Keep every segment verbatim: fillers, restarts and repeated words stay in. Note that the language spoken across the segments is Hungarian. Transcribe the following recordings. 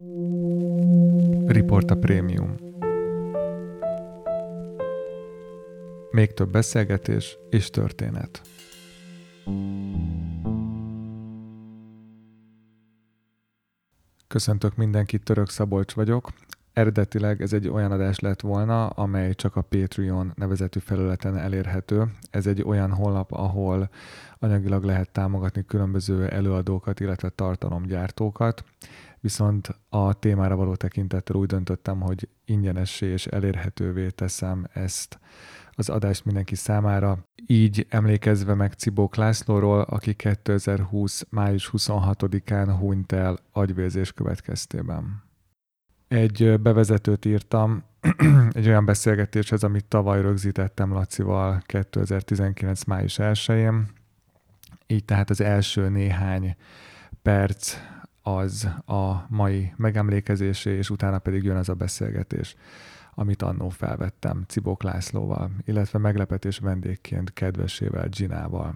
Riporta Prémium. Még több beszélgetés és történet. Köszöntök mindenkit, Török Szabolcs vagyok. Eredetileg ez egy olyan adás lett volna, amely csak a Patreon nevezetű felületen elérhető. Ez egy olyan honlap, ahol anyagilag lehet támogatni különböző előadókat, illetve tartalomgyártókat. Viszont a témára való tekintettel úgy döntöttem, hogy ingyenessé és elérhetővé teszem ezt az adást mindenki számára. Így emlékezve meg Cibók Lászlóról, aki kétezer-húsz. május huszonhatodikán hunyt el agyvérzés következtében. Egy bevezetőt írtam egy olyan beszélgetéshez, amit tavaly rögzítettem Lacival kétezer-tizenkilenc. május elsején. Így tehát az első néhány perc az a mai megemlékezésé, és utána pedig jön az a beszélgetés, amit annó felvettem Cibók Lászlóval, illetve meglepetés vendégként kedvesével, Ginával.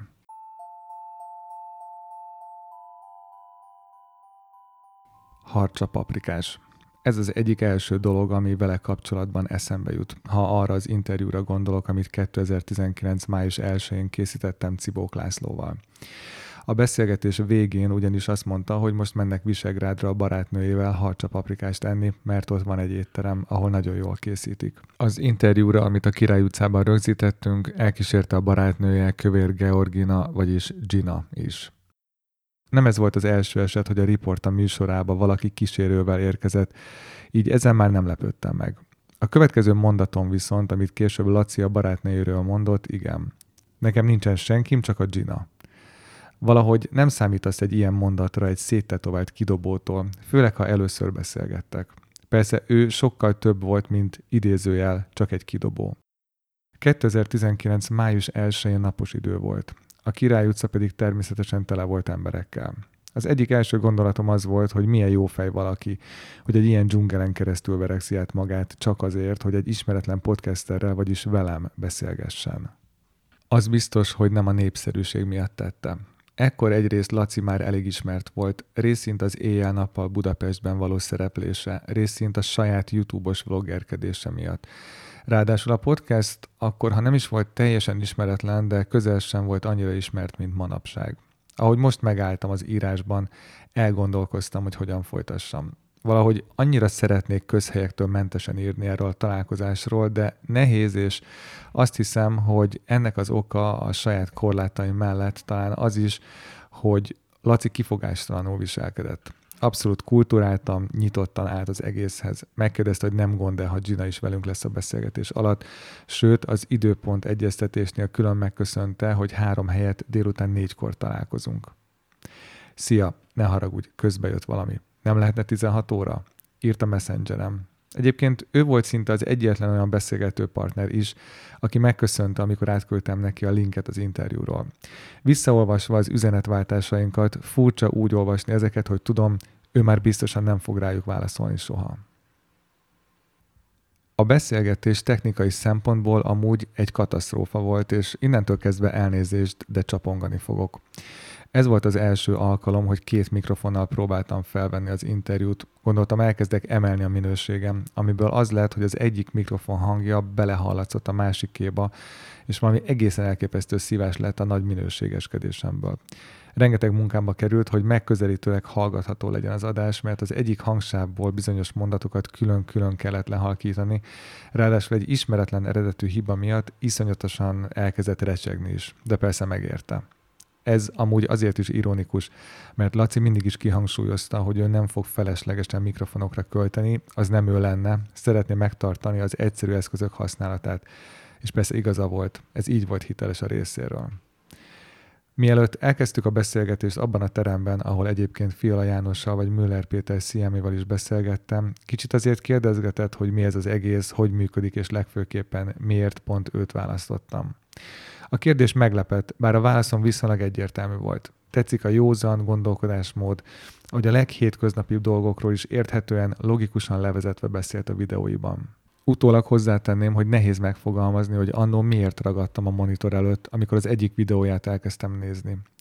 Harcsa paprikás. Ez az egyik első dolog, ami vele kapcsolatban eszembe jut, ha arra az interjúra gondolok, amit kétezer-tizenkilenc. május elsején készítettem Cibók Lászlóval. A beszélgetés végén ugyanis azt mondta, hogy most mennek Visegrádra a barátnőjével harcsa paprikást enni, mert ott van egy étterem, ahol nagyon jól készítik. Az interjúra, amit a Király utcában rögzítettünk, elkísérte a barátnője, Kövér Georgina, vagyis Gina is. Nem ez volt az első eset, hogy a Riporta műsorába valaki kísérővel érkezett, így ezen már nem lepődtem meg. A következő mondatom viszont, amit később Laci a barátnőjéről mondott, igen. Nekem nincsen senkim, csak a Gina. Valahogy nem számítasz egy ilyen mondatra egy széttetovált kidobótól, főleg ha először beszélgettek. Persze ő sokkal több volt, mint idézőjel, csak egy kidobó. kétezer-tizenkilenc. május elsején napos idő volt. A Király utca pedig természetesen tele volt emberekkel. Az egyik első gondolatom az volt, hogy milyen jó fej valaki, hogy egy ilyen dzsungelen keresztül verekszi át magát csak azért, hogy egy ismeretlen podcasterrel, vagyis velem beszélgessen. Az biztos, hogy nem a népszerűség miatt tette. Ekkor egyrészt Laci már elég ismert volt, részint az éjjel-nappal Budapestben való szereplése, részint a saját YouTube-os vloggerkedése miatt. Ráadásul a podcast akkor, ha nem is volt teljesen ismeretlen, de közel sem volt annyira ismert, mint manapság. Ahogy most megálltam az írásban, elgondolkoztam, hogy hogyan folytassam. Valahogy annyira szeretnék közhelyektől mentesen írni erről a találkozásról, de nehéz, és azt hiszem, hogy ennek az oka a saját korlátaim mellett talán az is, hogy Laci kifogástalanul viselkedett. Abszolút kulturáltan, nyitottan állt az egészhez. Megkérdezte, hogy nem gond-e, ha Gina is velünk lesz a beszélgetés alatt, sőt az időpont egyeztetésnél külön megköszönte, hogy három helyet délután négykor találkozunk. Szia, ne haragudj, közbe jött valami. Nem lehetne tizenhat óra? Írt a Messengerem. Egyébként ő volt szinte az egyetlen olyan beszélgető partner is, aki megköszönte, amikor átküldtem neki a linket az interjúról. Visszaolvasva az üzenetváltásainkat, furcsa úgy olvasni ezeket, hogy tudom, ő már biztosan nem fog rájuk válaszolni soha. A beszélgetés technikai szempontból amúgy egy katasztrófa volt, és innentől kezdve elnézést, de csapongani fogok. Ez volt az első alkalom, hogy két mikrofonnal próbáltam felvenni az interjút. Gondoltam, elkezdek emelni a minőségem, amiből az lett, hogy az egyik mikrofon hangja belehallatszott a másikéba, és valami egészen elképesztő szívás lett a nagy minőségeskedésemből. Rengeteg munkámba került, hogy megközelítőleg hallgatható legyen az adás, mert az egyik hangsávból bizonyos mondatokat külön-külön kellett lehalkítani, ráadásul egy ismeretlen eredetű hiba miatt iszonyatosan elkezdett recsegni is, de persze megérte. Ez amúgy azért is ironikus, mert Laci mindig is kihangsúlyozta, hogy ő nem fog feleslegesen mikrofonokra költeni, az nem ő lenne, szeretné megtartani az egyszerű eszközök használatát. És persze igaza volt, ez így volt hiteles a részéről. Mielőtt elkezdtük a beszélgetést abban a teremben, ahol egyébként Fiala Jánossal vagy Müller Péter Sziáméval is beszélgettem, kicsit azért kérdezgetett, hogy mi ez az egész, hogy működik, és legfőképpen miért pont őt választottam. A kérdés meglepett, bár a válaszom viszonylag egyértelmű volt. Tetszik a józan gondolkodásmód, hogy a leghétköznapibb dolgokról is érthetően, logikusan levezetve beszélt a videóiban. Utólag hozzátenném, hogy nehéz megfogalmazni, hogy annó miért ragadtam a monitor előtt, amikor az egyik videóját elkezdtem nézni.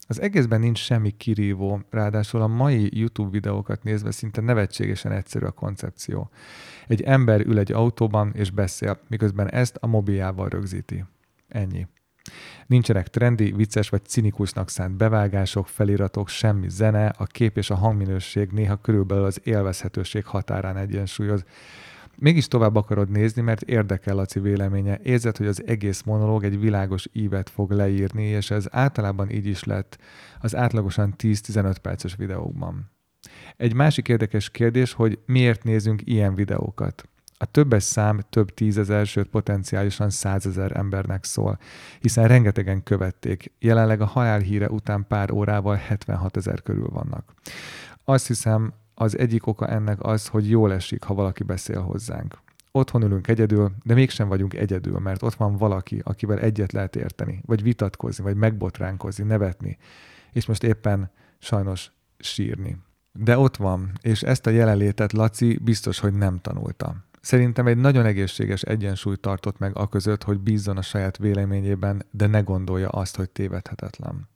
Az egészben nincs semmi kirívó, ráadásul a mai YouTube videókat nézve szinte nevetségesen egyszerű a koncepció. Egy ember ül egy autóban és beszél, miközben ezt a mobiljával rögzíti. Ennyi. Nincsenek trendi, vicces vagy cinikusnak szánt bevágások, feliratok, semmi zene, a kép és a hangminőség néha körülbelül az élvezhetőség határán egyensúlyoz. Mégis tovább akarod nézni, mert érdekel Laci véleménye. Érzed, hogy az egész monológ egy világos ívet fog leírni, és ez általában így is lett az átlagosan tíz-tizenöt perces videókban. Egy másik érdekes kérdés, hogy miért nézünk ilyen videókat. A többes szám több tízezer, sőt potenciálisan százezer embernek szól, hiszen rengetegen követték. Jelenleg a halálhíre után pár órával hetvenhatezer körül vannak. Azt hiszem, az egyik oka ennek az, hogy jól esik, ha valaki beszél hozzánk. Otthon ülünk egyedül, de mégsem vagyunk egyedül, mert ott van valaki, akivel egyet lehet érteni, vagy vitatkozni, vagy megbotránkozni, nevetni, és most éppen sajnos sírni. De ott van, és ezt a jelenlétet Laci biztos, hogy nem tanulta. Szerintem egy nagyon egészséges egyensúlyt tartott meg aközött, hogy bízzon a saját véleményében, de ne gondolja azt, hogy tévedhetetlen.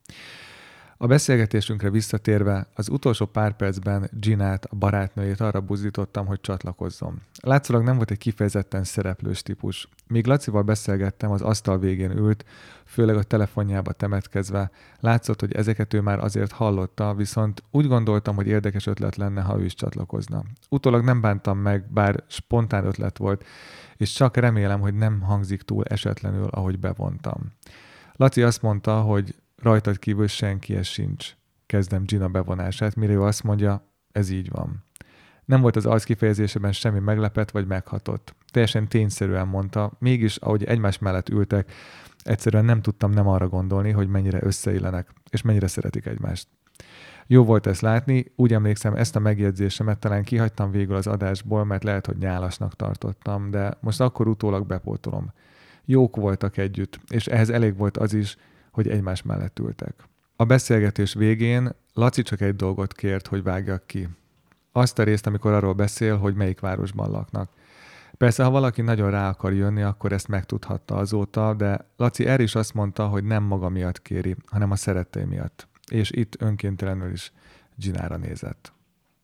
A beszélgetésünkre visszatérve, az utolsó pár percben Ginát, a barátnőjét arra buzdítottam, hogy csatlakozzon. Látszólag nem volt egy kifejezetten szereplős típus. Míg Lacival beszélgettem, az asztal végén ült, főleg a telefonjába temetkezve. Látszott, hogy ezeket ő már azért hallotta, viszont úgy gondoltam, hogy érdekes ötlet lenne, ha ő is csatlakozna. Utólag nem bántam meg, bár spontán ötlet volt, és csak remélem, hogy nem hangzik túl esetlenül, ahogy bevontam. Laci azt mondta, hogy rajtad kívül senkihez sincs. Kezdem Gina bevonását, mire ő azt mondja, ez így van. Nem volt az arc kifejezésében semmi meglepett vagy meghatott. Teljesen tényszerűen mondta, mégis, ahogy egymás mellett ültek, egyszerűen nem tudtam nem arra gondolni, hogy mennyire összeillenek, és mennyire szeretik egymást. Jó volt ezt látni, úgy emlékszem, ezt a megjegyzésemet talán kihagytam végül az adásból, mert lehet, hogy nyálasnak tartottam, de most akkor utólag bepótolom. Jók voltak együtt, és ehhez elég volt az is, hogy egymás mellett ültek. A beszélgetés végén Laci csak egy dolgot kért, hogy vágjak ki. Azt a részt, amikor arról beszél, hogy melyik városban laknak. Persze, ha valaki nagyon rá akar jönni, akkor ezt megtudhatta azóta, de Laci erre is azt mondta, hogy nem maga miatt kéri, hanem a szerettei miatt. És itt önkéntelenül is Ginára nézett.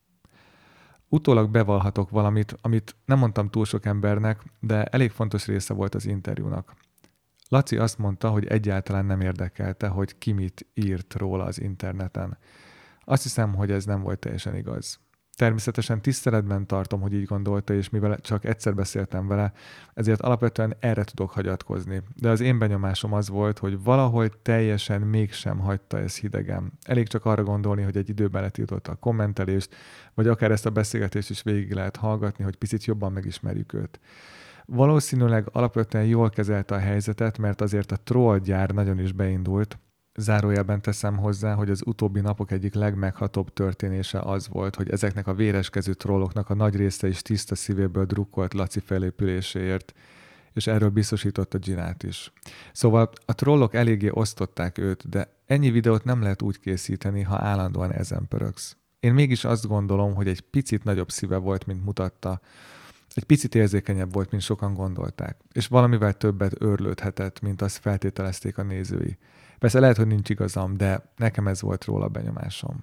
Utólag bevallhatok valamit, amit nem mondtam túl sok embernek, de elég fontos része volt az interjúnak. Laci azt mondta, hogy egyáltalán nem érdekelte, hogy ki mit írt róla az interneten. Azt hiszem, hogy ez nem volt teljesen igaz. Természetesen tiszteletben tartom, hogy így gondolta, és mivel csak egyszer beszéltem vele, ezért alapvetően erre tudok hagyatkozni. De az én benyomásom az volt, hogy valahogy teljesen mégsem hagyta ez hidegem. Elég csak arra gondolni, hogy egy időben letiltotta a kommentelést, vagy akár ezt a beszélgetést is végig lehet hallgatni, hogy picit jobban megismerjük őt. Valószínűleg alapvetően jól kezelte a helyzetet, mert azért a trollgyár nagyon is beindult. Zárójelben teszem hozzá, hogy az utóbbi napok egyik legmeghatóbb történése az volt, hogy ezeknek a véreskezű trolloknak a nagy része is tiszta szívéből drukkolt Laci felépüléséért, és erről biztosította Ginát is. Szóval a trollok eléggé osztották őt, de ennyi videót nem lehet úgy készíteni, ha állandóan ezen pöröksz. Én mégis azt gondolom, hogy egy picit nagyobb szíve volt, mint mutatta, egy picit érzékenyebb volt, mint sokan gondolták, és valamivel többet őrlődhetett, mint azt feltételezték a nézői. Persze lehet, hogy nincs igazam, de nekem ez volt róla benyomásom.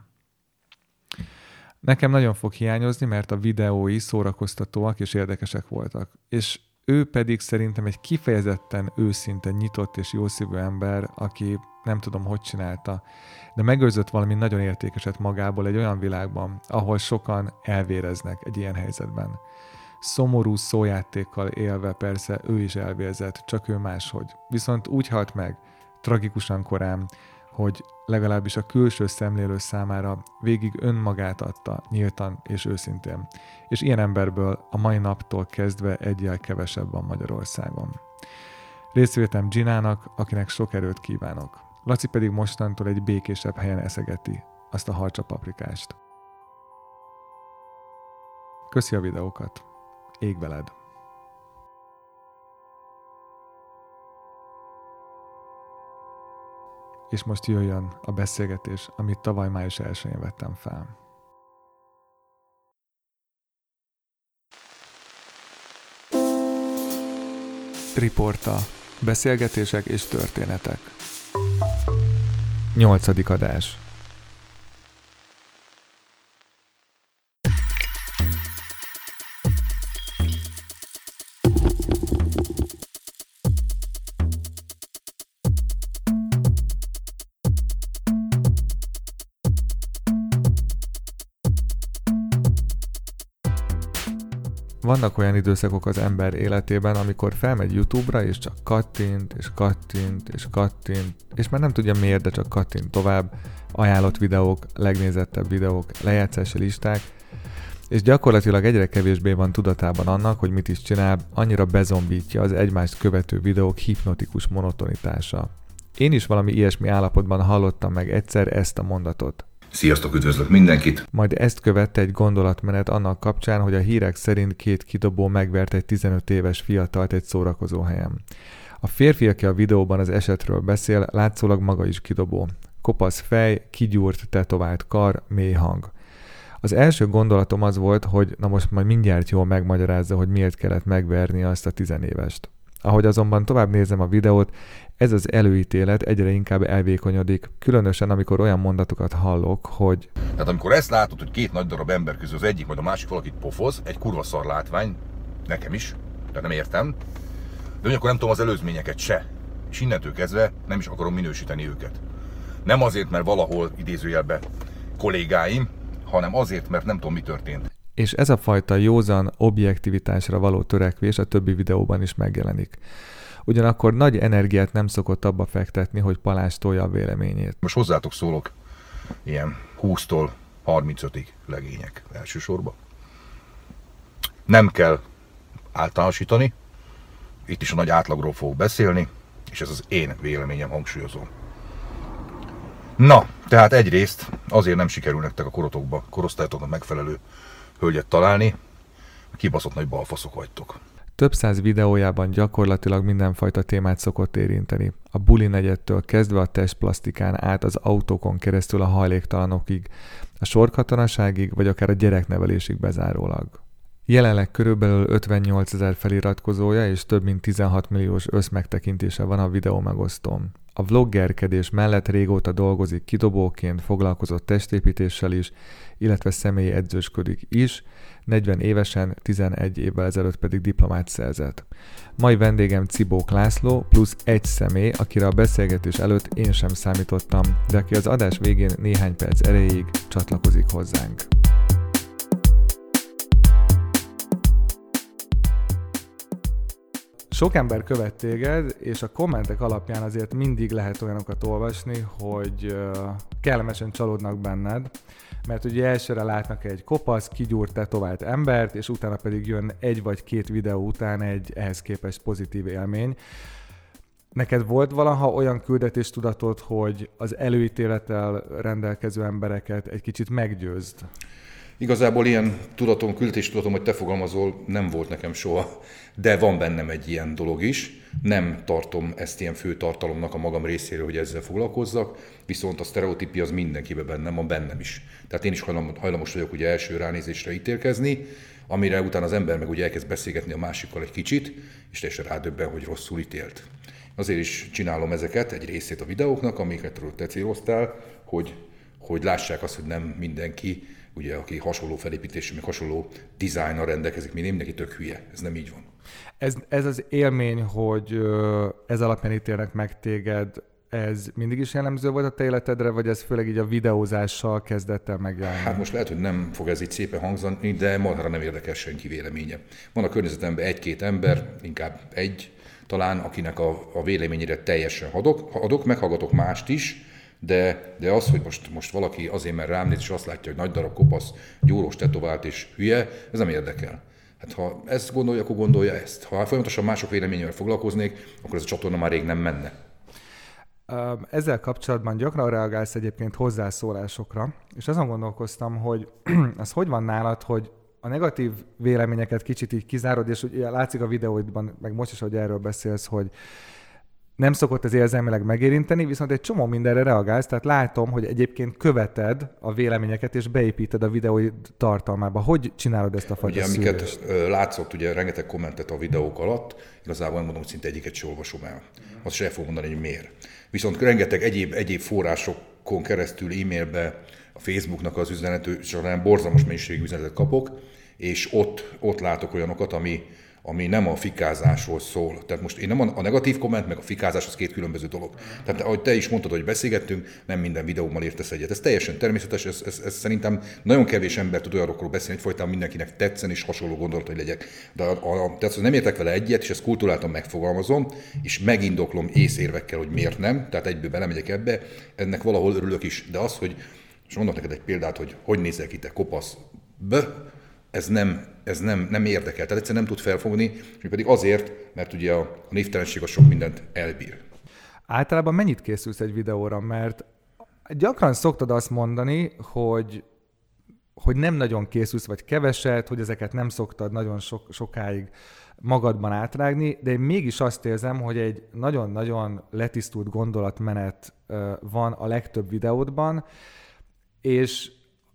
Nekem nagyon fog hiányozni, mert a videói szórakoztatóak és érdekesek voltak, és ő pedig szerintem egy kifejezetten őszinte, nyitott és jószívű ember, aki nem tudom, hogy csinálta, de megőrzött valami nagyon értékeset magából egy olyan világban, ahol sokan elvéreznek egy ilyen helyzetben. Szomorú szójátékkal élve persze ő is elvérzett, csak ő máshogy. Viszont úgy halt meg, tragikusan korán, hogy legalábbis a külső szemlélő számára végig önmagát adta, nyíltan és őszintén. És ilyen emberből a mai naptól kezdve egyel kevesebb van Magyarországon. Részvétem Ginának, akinek sok erőt kívánok. Laci pedig mostantól egy békésebb helyen eszegeti azt a harcsapaprikást. Köszi a videókat! Ég veled! És most jöjjön a beszélgetés, amit tavaly május elsején vettem fel. Riporta. Beszélgetések és történetek. Nyolcadik adás. Vannak olyan időszakok az ember életében, amikor felmegy YouTube-ra, és csak kattint, és kattint, és kattint, és már nem tudja miért, de csak kattint tovább, ajánlott videók, legnézettebb videók, lejátszási listák, és gyakorlatilag egyre kevésbé van tudatában annak, hogy mit is csinál, annyira bezombítja az egymást követő videók hipnotikus monotonitása. Én is valami ilyesmi állapotban hallottam meg egyszer ezt a mondatot. Sziasztok, üdvözlök mindenkit! Majd ezt követte egy gondolatmenet annak kapcsán, hogy a hírek szerint két kidobó megvert egy tizenöt éves fiatalt egy szórakozóhelyen. A férfi, aki a videóban az esetről beszél, látszólag maga is kidobó. Kopasz fej, kigyúrt, tetovált kar, mély hang. Az első gondolatom az volt, hogy na most majd mindjárt jól megmagyarázza, hogy miért kellett megverni azt a tizenévest. Ahogy azonban tovább nézem a videót, ez az előítélet egyre inkább elvékonyodik, különösen amikor olyan mondatokat hallok, hogy... Tehát amikor ezt látod, hogy két nagy darab ember közül az egyik, majd a másik valakit pofoz, egy kurva szar látvány, nekem is, de nem értem, de ugyanakkor nem tudom az előzményeket se, és innentől kezdve nem is akarom minősíteni őket. Nem azért, mert valahol idézőjelben kollégáim, hanem azért, mert nem tudom, mi történt. És ez a fajta józan objektivitásra való törekvés a többi videóban is megjelenik. Ugyanakkor nagy energiát nem szokott abba fektetni, hogy palástolja a véleményét. Most hozzátok szólok, ilyen húsztól harmincötig legények elsősorban. Nem kell általánosítani, itt is a nagy átlagról fogok beszélni, és ez az én véleményem, hangsúlyozom. Na, tehát egyrészt azért nem sikerül nektek a korotokba, korosztályotoknak megfelelő hölgyet találni, kibaszott nagy balfaszok vagytok. Több száz videójában gyakorlatilag mindenfajta témát szokott érinteni. A buli negyedtől kezdve a testplasztikán át az autókon keresztül a hajléktalanokig, a sorkatonaságig vagy akár a gyereknevelésig bezárólag. Jelenleg körülbelül ötvennyolcezer feliratkozója és több mint tizenhat milliós összmegtekintése van a videó megosztón. A vloggerkedés mellett régóta dolgozik kidobóként, foglalkozott testépítéssel is, illetve személyi edzősködik is, negyven évesen, tizenegy évvel ezelőtt pedig diplomát szerzett. Mai vendégem Cibók László, plusz egy személy, akire a beszélgetés előtt én sem számítottam, de aki az adás végén néhány perc erejéig csatlakozik hozzánk. Sok ember követ téged, és a kommentek alapján azért mindig lehet olyanokat olvasni, hogy kellemesen csalódnak benned, mert ugye elsőre látnak egy kopasz, kigyúrt, tetovált embert, és utána pedig jön egy vagy két videó után egy ehhez képest pozitív élmény. Neked volt valaha olyan küldetéstudatod, hogy az előítélettel rendelkező embereket egy kicsit meggyőzd? Igazából ilyen tudatom, küldetéstudatom, hogy te fogalmazol, nem volt nekem soha, de van bennem egy ilyen dolog is. Nem tartom ezt ilyen fő tartalomnak a magam részéről, hogy ezzel foglalkozzak, viszont a sztereotípia az mindenkiben bennem van, bennem is. Tehát én is hajlamos vagyok ugye első ránézésre ítélkezni, amire utána az ember meg ugye elkezd beszélgetni a másikkal egy kicsit, és teljesen rádöbben, hogy rosszul ítélt. Azért is csinálom ezeket, egy részét a videóknak, amiket te céloztál, hogy, hogy lássák azt, hogy nem mindenki, ugye, aki hasonló felépítésű, meg hasonló dizájnnal rendelkezik, mint mindenki tök hülye. Ez nem így van. Ez, ez az élmény, hogy ez alapján ítélnek meg téged, ez mindig is jellemző volt a te életedre, vagy ez főleg így a videózással kezdett el megjelenni? Hát most lehet, hogy nem fog ez így szépen hangzani, de marhára nem érdekel senki véleménye. Van a környezetemben egy-két ember, inkább egy talán, akinek a, a véleményére teljesen adok, adok, meghallgatok mást is, De, de az, hogy most, most valaki azért, mert rám néz, és azt látja, hogy nagy darab kopasz, gyúrós, tetovált és hülye, ez nem érdekel. Hát ha ezt gondolja, akkor gondolja ezt. Ha folyamatosan mások véleményével foglalkoznék, akkor ez a csatorna már rég nem menne. Ezzel kapcsolatban gyakran reagálsz egyébként hozzászólásokra, és azon gondolkoztam, hogy az hogy van nálad, hogy a negatív véleményeket kicsit így kizárod, és ugye látszik a videóidban, meg most is, hogy erről beszélsz, hogy nem szokott ez érzelmileg megérinteni, viszont egy csomó mindenre reagálsz, tehát látom, hogy egyébként követed a véleményeket, és beépíted a videói tartalmába. Hogy csinálod ezt a fajta ugye, szűrést? amiket látszott, ugye rengeteg kommentet a videók alatt, igazából nem mondom, hogy szinte egyiket sem olvasom el. Azt sem el fogom mondani, hogy miért. Viszont rengeteg egyéb, egyéb forrásokon keresztül e-mailbe, a Facebooknak az üzenető, során borzalmas mennyiségű üzenetet kapok, és ott, ott látok olyanokat, ami, ami nem a fikázásról szól. Tehát most én nem a negatív komment, meg a fikázás az két különböző dolog. Tehát ahogy te is mondtad, hogy beszélgettünk, nem minden videómmal értesz egyet. Ez teljesen természetes, ez, ez, ez szerintem nagyon kevés ember tud olyanokról beszélni, hogy folytán mindenkinek tetszen és hasonló gondolatai legyek. De a, a, tehát nem értek vele egyet, és ezt kultúráltan megfogalmazom, és megindoklom észérvekkel, hogy miért nem, tehát egyből belemegyek ebbe, ennek valahol örülök is. De az, hogy, és mondok neked egy példát, hogy hogy nézel ki te kopasz, Bö, ez nem, ez nem, nem érdekel, tehát egyszerűen nem tud felfogni, és pedig azért, mert ugye a, a névtelenség az sok mindent elbír. Általában mennyit készülsz egy videóra? Mert gyakran szoktad azt mondani, hogy, hogy nem nagyon készülsz, vagy keveset, hogy ezeket nem szoktad nagyon sok, sokáig magadban átrágni, de én mégis azt érzem, hogy egy nagyon-nagyon letisztult gondolatmenet van a legtöbb videódban, és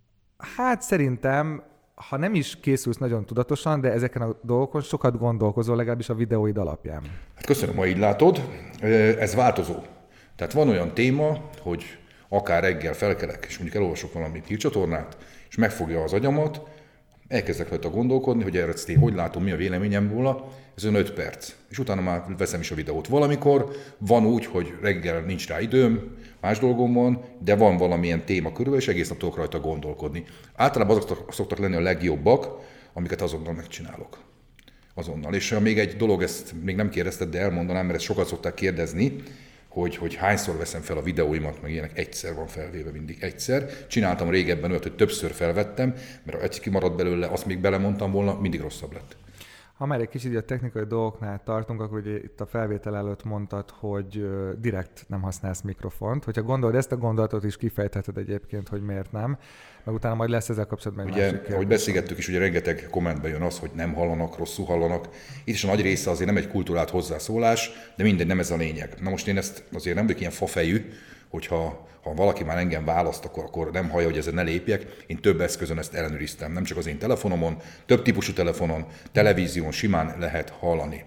hát szerintem, ha nem is készülsz nagyon tudatosan, de ezeken a dolgokon sokat gondolkozol, legalábbis a videóid alapján. Hát köszönöm, ha így látod. Ez változó. Tehát van olyan téma, hogy akár reggel felkelek, és mondjuk elolvasok valami hírcsatornát, és megfogja az agyamat, elkezdek rajta gondolkodni, hogy erre ezt én hogy látom, mi a véleményem róla, ez olyan öt perc. És utána már veszem is a videót. Valamikor van úgy, hogy reggel nincs rá időm, más dolgom van, de van valamilyen téma körül, és egész nap tudok rajta gondolkodni. Általában azok szoktak lenni a legjobbak, amiket azonnal megcsinálok. Azonnal. És még egy dolog, ezt még nem kérdezted, de elmondanám, mert ezt sokat szokták kérdezni, hogy, hogy hányszor veszem fel a videóimat, meg ilyenek, egyszer van felvéve, mindig egyszer. Csináltam régebben olyat, hogy többször felvettem, mert ha egyszer kimaradt belőle, azt még belemondtam volna, mindig rosszabb lett. Ha már egy kicsit a technikai dolgoknál tartunk, akkor ugye itt a felvétel előtt mondtad, hogy direkt nem használsz mikrofont. Hogyha gondolod, ezt a gondolatot is kifejtheted egyébként, hogy miért nem, meg utána majd lesz ezzel kapcsolatban egy ugye, másik kérdés. Ahogy beszélgettük is, ugye rengeteg kommentben jön az, hogy nem hallanak, rosszul hallanak. Itt is a nagy része azért nem egy kultúrált hozzászólás, de mindegy, nem ez a lényeg. Na most én ezt azért nem vagyok ilyen fafejű, hogyha ha valaki már engem választ, akkor, akkor nem hallja, hogy ezen ne lépjek. Én több eszközön ezt ellenőriztem, nem csak az én telefonomon, több típusú telefonon, televízión simán lehet hallani.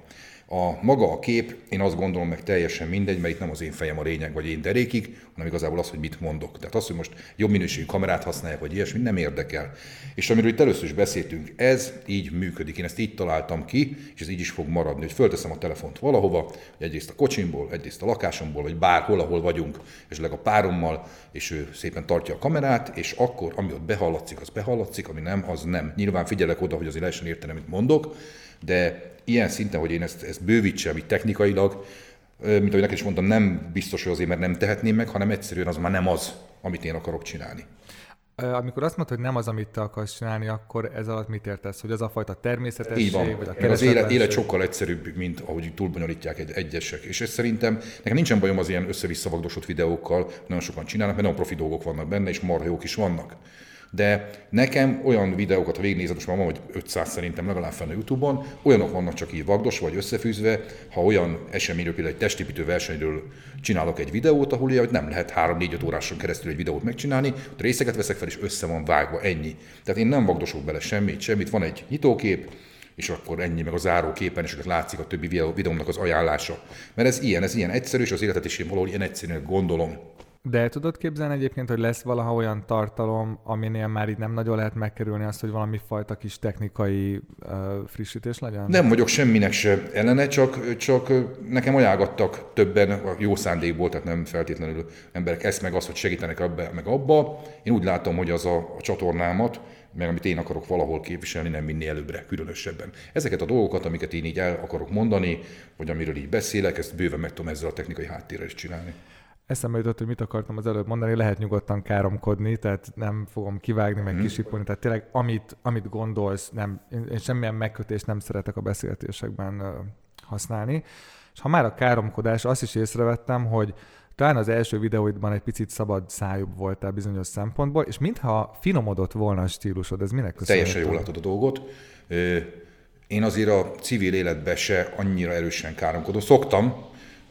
A maga a kép, én azt gondolom, meg teljesen mindegy, mert itt nem az én fejem a lényeg, vagy én derékig, hanem igazából az, hogy mit mondok. Tehát az, hogy most jobb minőségű kamerát használják, vagy ilyesmi, nem érdekel. És amiről itt először is beszéltünk, ez így működik. Én ezt így találtam ki, és ez így is fog maradni, hogy fölteszem a telefont valahova, hogy egyrészt a kocsimból, egyrészt a lakásomból, vagy bárhol, ahol vagyunk, esetleg a párommal, és ő szépen tartja a kamerát, és akkor, ami ott behallatszik, az behallatszik, ami nem, az nem. Nyilván figyelek oda, hogy azért lehessen érteni, amit mondok, de ilyen szinten, hogy én ezt, ezt bővítsem így technikailag, mint ahogy neked is mondtam, nem biztos, hogy azért, mert nem tehetném meg, hanem egyszerűen az már nem az, amit én akarok csinálni. Amikor azt mondod, hogy nem az, amit te akarsz csinálni, akkor ez alatt mit értesz? Hogy az a fajta természetesség, így van. vagy a az élet, élet sokkal egyszerűbb, mint ahogy túlbonyolítják egy, egyesek. És ez szerintem, nekem nincsen bajom az ilyen össze-visszavagdosott videókkal, nagyon sokan csinálnak, mert nagyon profi dolgok vannak benne, és marha jók is vannak. De nekem olyan videókat, ha végignézed, most már van, hogy ötszáz szerintem legalább fenn a YouTube-on, olyanok vannak csak így vagdos vagy összefűzve, ha olyan eseményről, például egy testépítő versenyről csinálok egy videót, ahol hogy nem lehet három-négy-öt óráson keresztül egy videót megcsinálni, ott részeket veszek fel, és össze van vágva, ennyi. Tehát én nem vagdosok bele semmit, semmit, van egy nyitókép, és akkor ennyi, meg a záróképen, és akkor látszik a többi videómnak az ajánlása. Mert ez ilyen, ez ilyen egyszerű, és az életet is én valahogy ilyen egyszerűen gondolom. De el tudod képzelni egyébként, hogy lesz valaha olyan tartalom, aminél már így nem nagyon lehet megkerülni azt, hogy valami fajta kis technikai uh, frissítés legyen? Nem vagyok semminek se ellene, csak, csak nekem ajánlottak többen a jó szándékból, tehát nem feltétlenül emberek ezt meg azt, hogy segítenek abba, meg abba. Én úgy látom, hogy az a, a csatornámat, meg amit én akarok valahol képviselni, nem vinni előbbre, különösebben. Ezeket a dolgokat, amiket én így el akarok mondani, vagy amiről így beszélek, ezt bőven meg tudom ezzel a technikai háttérrel is csinálni. Eszembe jutott, hogy mit akartam az előbb mondani, lehet nyugodtan káromkodni, tehát nem fogom kivágni, meg hmm. kisipolni, tehát tényleg amit, amit gondolsz, nem, én semmilyen megkötést nem szeretek a beszélgetésekben uh, használni. És ha már a káromkodás, azt is észrevettem, hogy talán az első videóidban egy picit szabad szájúbb voltál bizonyos szempontból, és mintha finomodott volna a stílusod, ez minek köszönhető? Teljesen jól látod a dolgot. Én azért a civil életben se annyira erősen káromkodom. Szoktam,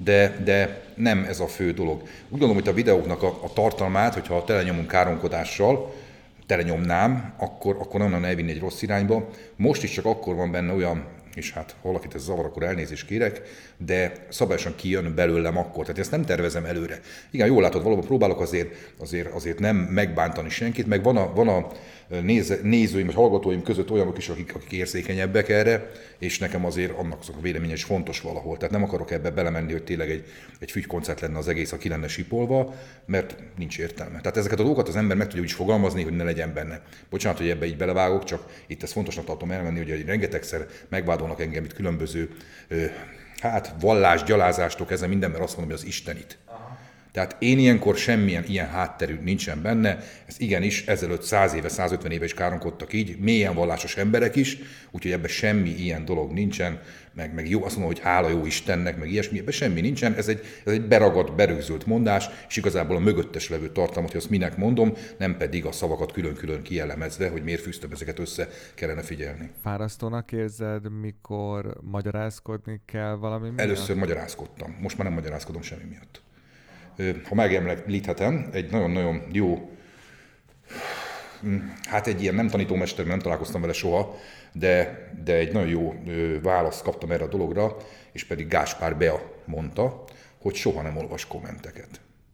de, de nem ez a fő dolog. Úgy gondolom, hogy a videóknak a, a tartalmát, hogyha telenyomunk káromkodással, telenyomnám, akkor, akkor onnan elvinni egy rossz irányba. Most is csak akkor van benne olyan, és hát ha valakit ez zavar, akkor elnézést kérek, de szabályosan kijön belőlem akkor. Tehát ezt nem tervezem előre. Igen, jól látod, valóban próbálok azért, azért, azért nem megbántani senkit, meg van a, van a néz, nézőim, vagy hallgatóim között olyanok is, akik, akik érzékenyebbek erre, és nekem azért annak azok a véleménye is fontos valahol. Tehát nem akarok ebbe belemenni, hogy tényleg egy, egy fügykoncert lenne az egész, aki lenne sipolva, mert nincs értelme. Tehát ezeket a dolgokat az ember meg tudja úgy fogalmazni, hogy ne legyen benne. Bocsánat, hogy ebbe így belevágok, csak itt ezt fontosnak tartom elmenni, hogy rengetegszer megvádolnak engem itt különböző hát vallás, gyalázástól ezen mindenben azt mondom, hogy az istenit. Aha. Tehát én ilyenkor semmilyen ilyen hátterű nincsen benne, ez igenis ezelőtt száz éve, százötven éve is káromkodtak így, mélyen vallásos emberek is, úgyhogy ebben semmi ilyen dolog nincsen, meg, meg jó, azt mondom, hogy hála jó Istennek, meg ilyesmi, ebben semmi nincsen, ez egy, ez egy beragadt, berögzült mondás, és igazából a mögöttes levő tartalmat, hogy azt minek mondom, nem pedig a szavakat külön-külön kielemezve, hogy miért fűztem ezeket össze, kellene figyelni. Fárasztónak érzed, mikor magyarázkodni kell valami miatt? Először magyarázkodtam, most már nem magyarázkodom semmi miatt. Ha megemlíthetem, egy nagyon-nagyon jó, hát egy ilyen nem tanítómester, nem találkoztam vele soha, de, de egy nagyon jó választ kaptam erre a dologra, és pedig Gáspár Bea mondta, hogy soha nem olvas kommenteket.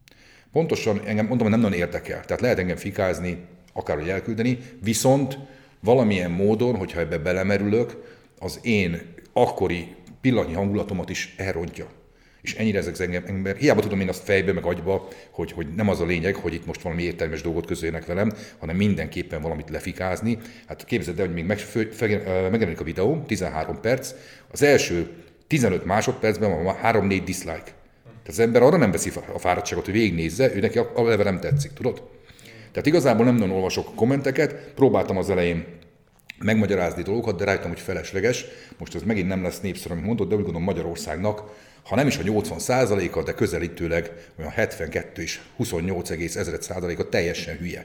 Pontosan engem, mondom, nem nagyon érdekel, tehát lehet engem fikázni, akárhogy elküldeni, viszont valamilyen módon, hogyha ebbe belemerülök, az én akkori pillanatnyi hangulatomat is elrontja. És ennyire ezek engem, ember, hiába tudom én azt fejbe, meg agyba, hogy, hogy nem az a lényeg, hogy itt most valami értelmes dolgot közöljenek velem, hanem mindenképpen valamit lefikázni. Hát képzeld el, hogy még megjelenik a videó, tizenhárom perc, az első tizenöt másodpercben van három-négy dislike. Tehát az ember arra nem veszi a fáradtságot, hogy végignézze, ő neki a leve nem tetszik, tudod? Tehát igazából nem nagyon olvasok kommenteket, próbáltam az elején megmagyarázni dolgokat, de rájöttem, hogy felesleges. Most ez megint nem lesz népszerű, amit mondod, de úgy gondolom Magyarországnak, ha nem is a nyolcvan százaléka, de közelítőleg olyan hetvenkettő és huszonnyolc egész ezred százaléka teljesen hülye.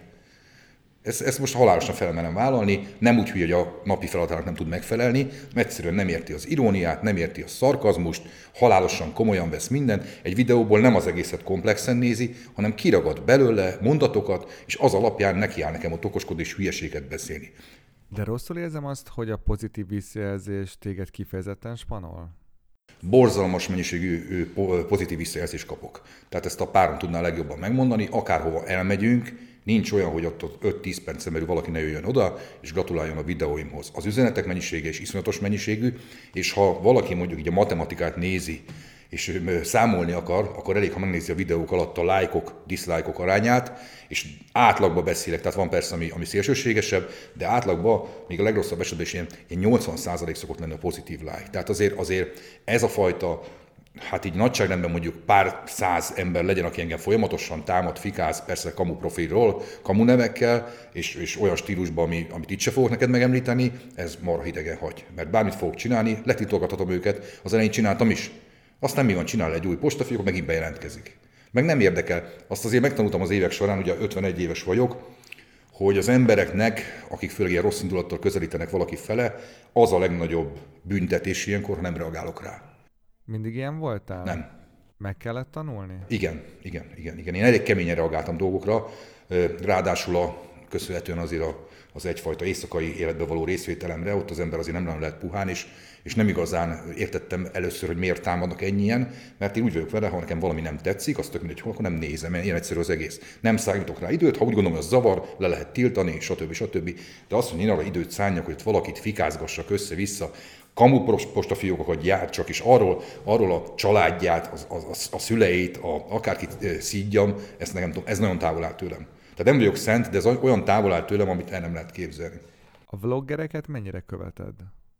Ezt, ezt most halálosan felmerem vállalni, nem úgy hülye, hogy a napi feladatának nem tud megfelelni, mert egyszerűen nem érti az iróniát, nem érti a szarkazmust, halálosan komolyan vesz minden. Egy videóból nem az egészet komplexen nézi, hanem kiragad belőle mondatokat, és az alapján nekiáll nekem ott okoskodni és hülyeséget beszélni. De rosszul érzem azt, hogy a pozitív visszajelzés téged kifejezetten spanol? Borzalmas mennyiségű pozitív visszajelzést kapok. Tehát ezt a páron tudná legjobban megmondani, akárhova elmegyünk, nincs olyan, hogy ott öt-tíz percen belül valaki ne jöjjön oda, és gratuláljon a videóimhoz. Az üzenetek mennyisége is iszonyatos mennyiségű, és ha valaki mondjuk így a matematikát nézi, és számolni akar, akkor elég, ha megnézi a videók alatt a lájkok, diszlájkok arányát, és átlagban beszélek, tehát van persze, ami, ami szélsőségesebb, de átlagban még a legrosszabb esetben is ilyen, ilyen nyolcvan százalék szokott lenni a pozitív lájk. Tehát azért, azért ez a fajta, hát így nagyságrendben mondjuk pár száz ember legyen, aki engem folyamatosan támad, fikáz, persze kamu profilról, kamu nevekkel, és, és olyan stílusban, ami, amit itt se fogok neked megemlíteni, ez marha hidegen hagy. Mert bármit fogok csinálni, letitolgathatom őket, az elején csináltam is. Aztán mi van, csinál egy új postafiók, megint bejelentkezik. Meg nem érdekel. Azt azért megtanultam az évek során, ugye ötvenegy éves vagyok, hogy az embereknek, akik főleg ilyen rossz indulattal közelítenek valaki fele, az a legnagyobb büntetés ilyenkor, ha nem reagálok rá. Mindig ilyen voltál? Nem. Meg kellett tanulni? Igen, igen, igen, igen. Én elég keményen reagáltam dolgokra, ráadásul a, köszönhetően azért a, az egyfajta éjszakai életbe való részvételemre, ott az ember azért nem nagyon lehet puhán, és, és nem igazán értettem először, hogy miért támadnak ennyien, mert én úgy vagyok vele, ha nekem valami nem tetszik, azt tök mindegy, akkor nem nézem, ilyen egyszerű az egész. Nem számítok rá időt, ha úgy gondolom, hogy az zavar, le lehet tiltani, stb. stb. De azt, hogy én arra időt szálljak, hogy valakit fikázgassak össze-vissza, kamu postafiókokat gyártsak, és arról, arról a családját, a, a, a szüleit, a, akárkit szídjam, ezt nekem tudom, ez nagyon távol áll tőlem. Tehát nem vagyok szent, de ez olyan távol áll tőlem, amit el nem lehet képzelni. A vloggereket mennyire követed?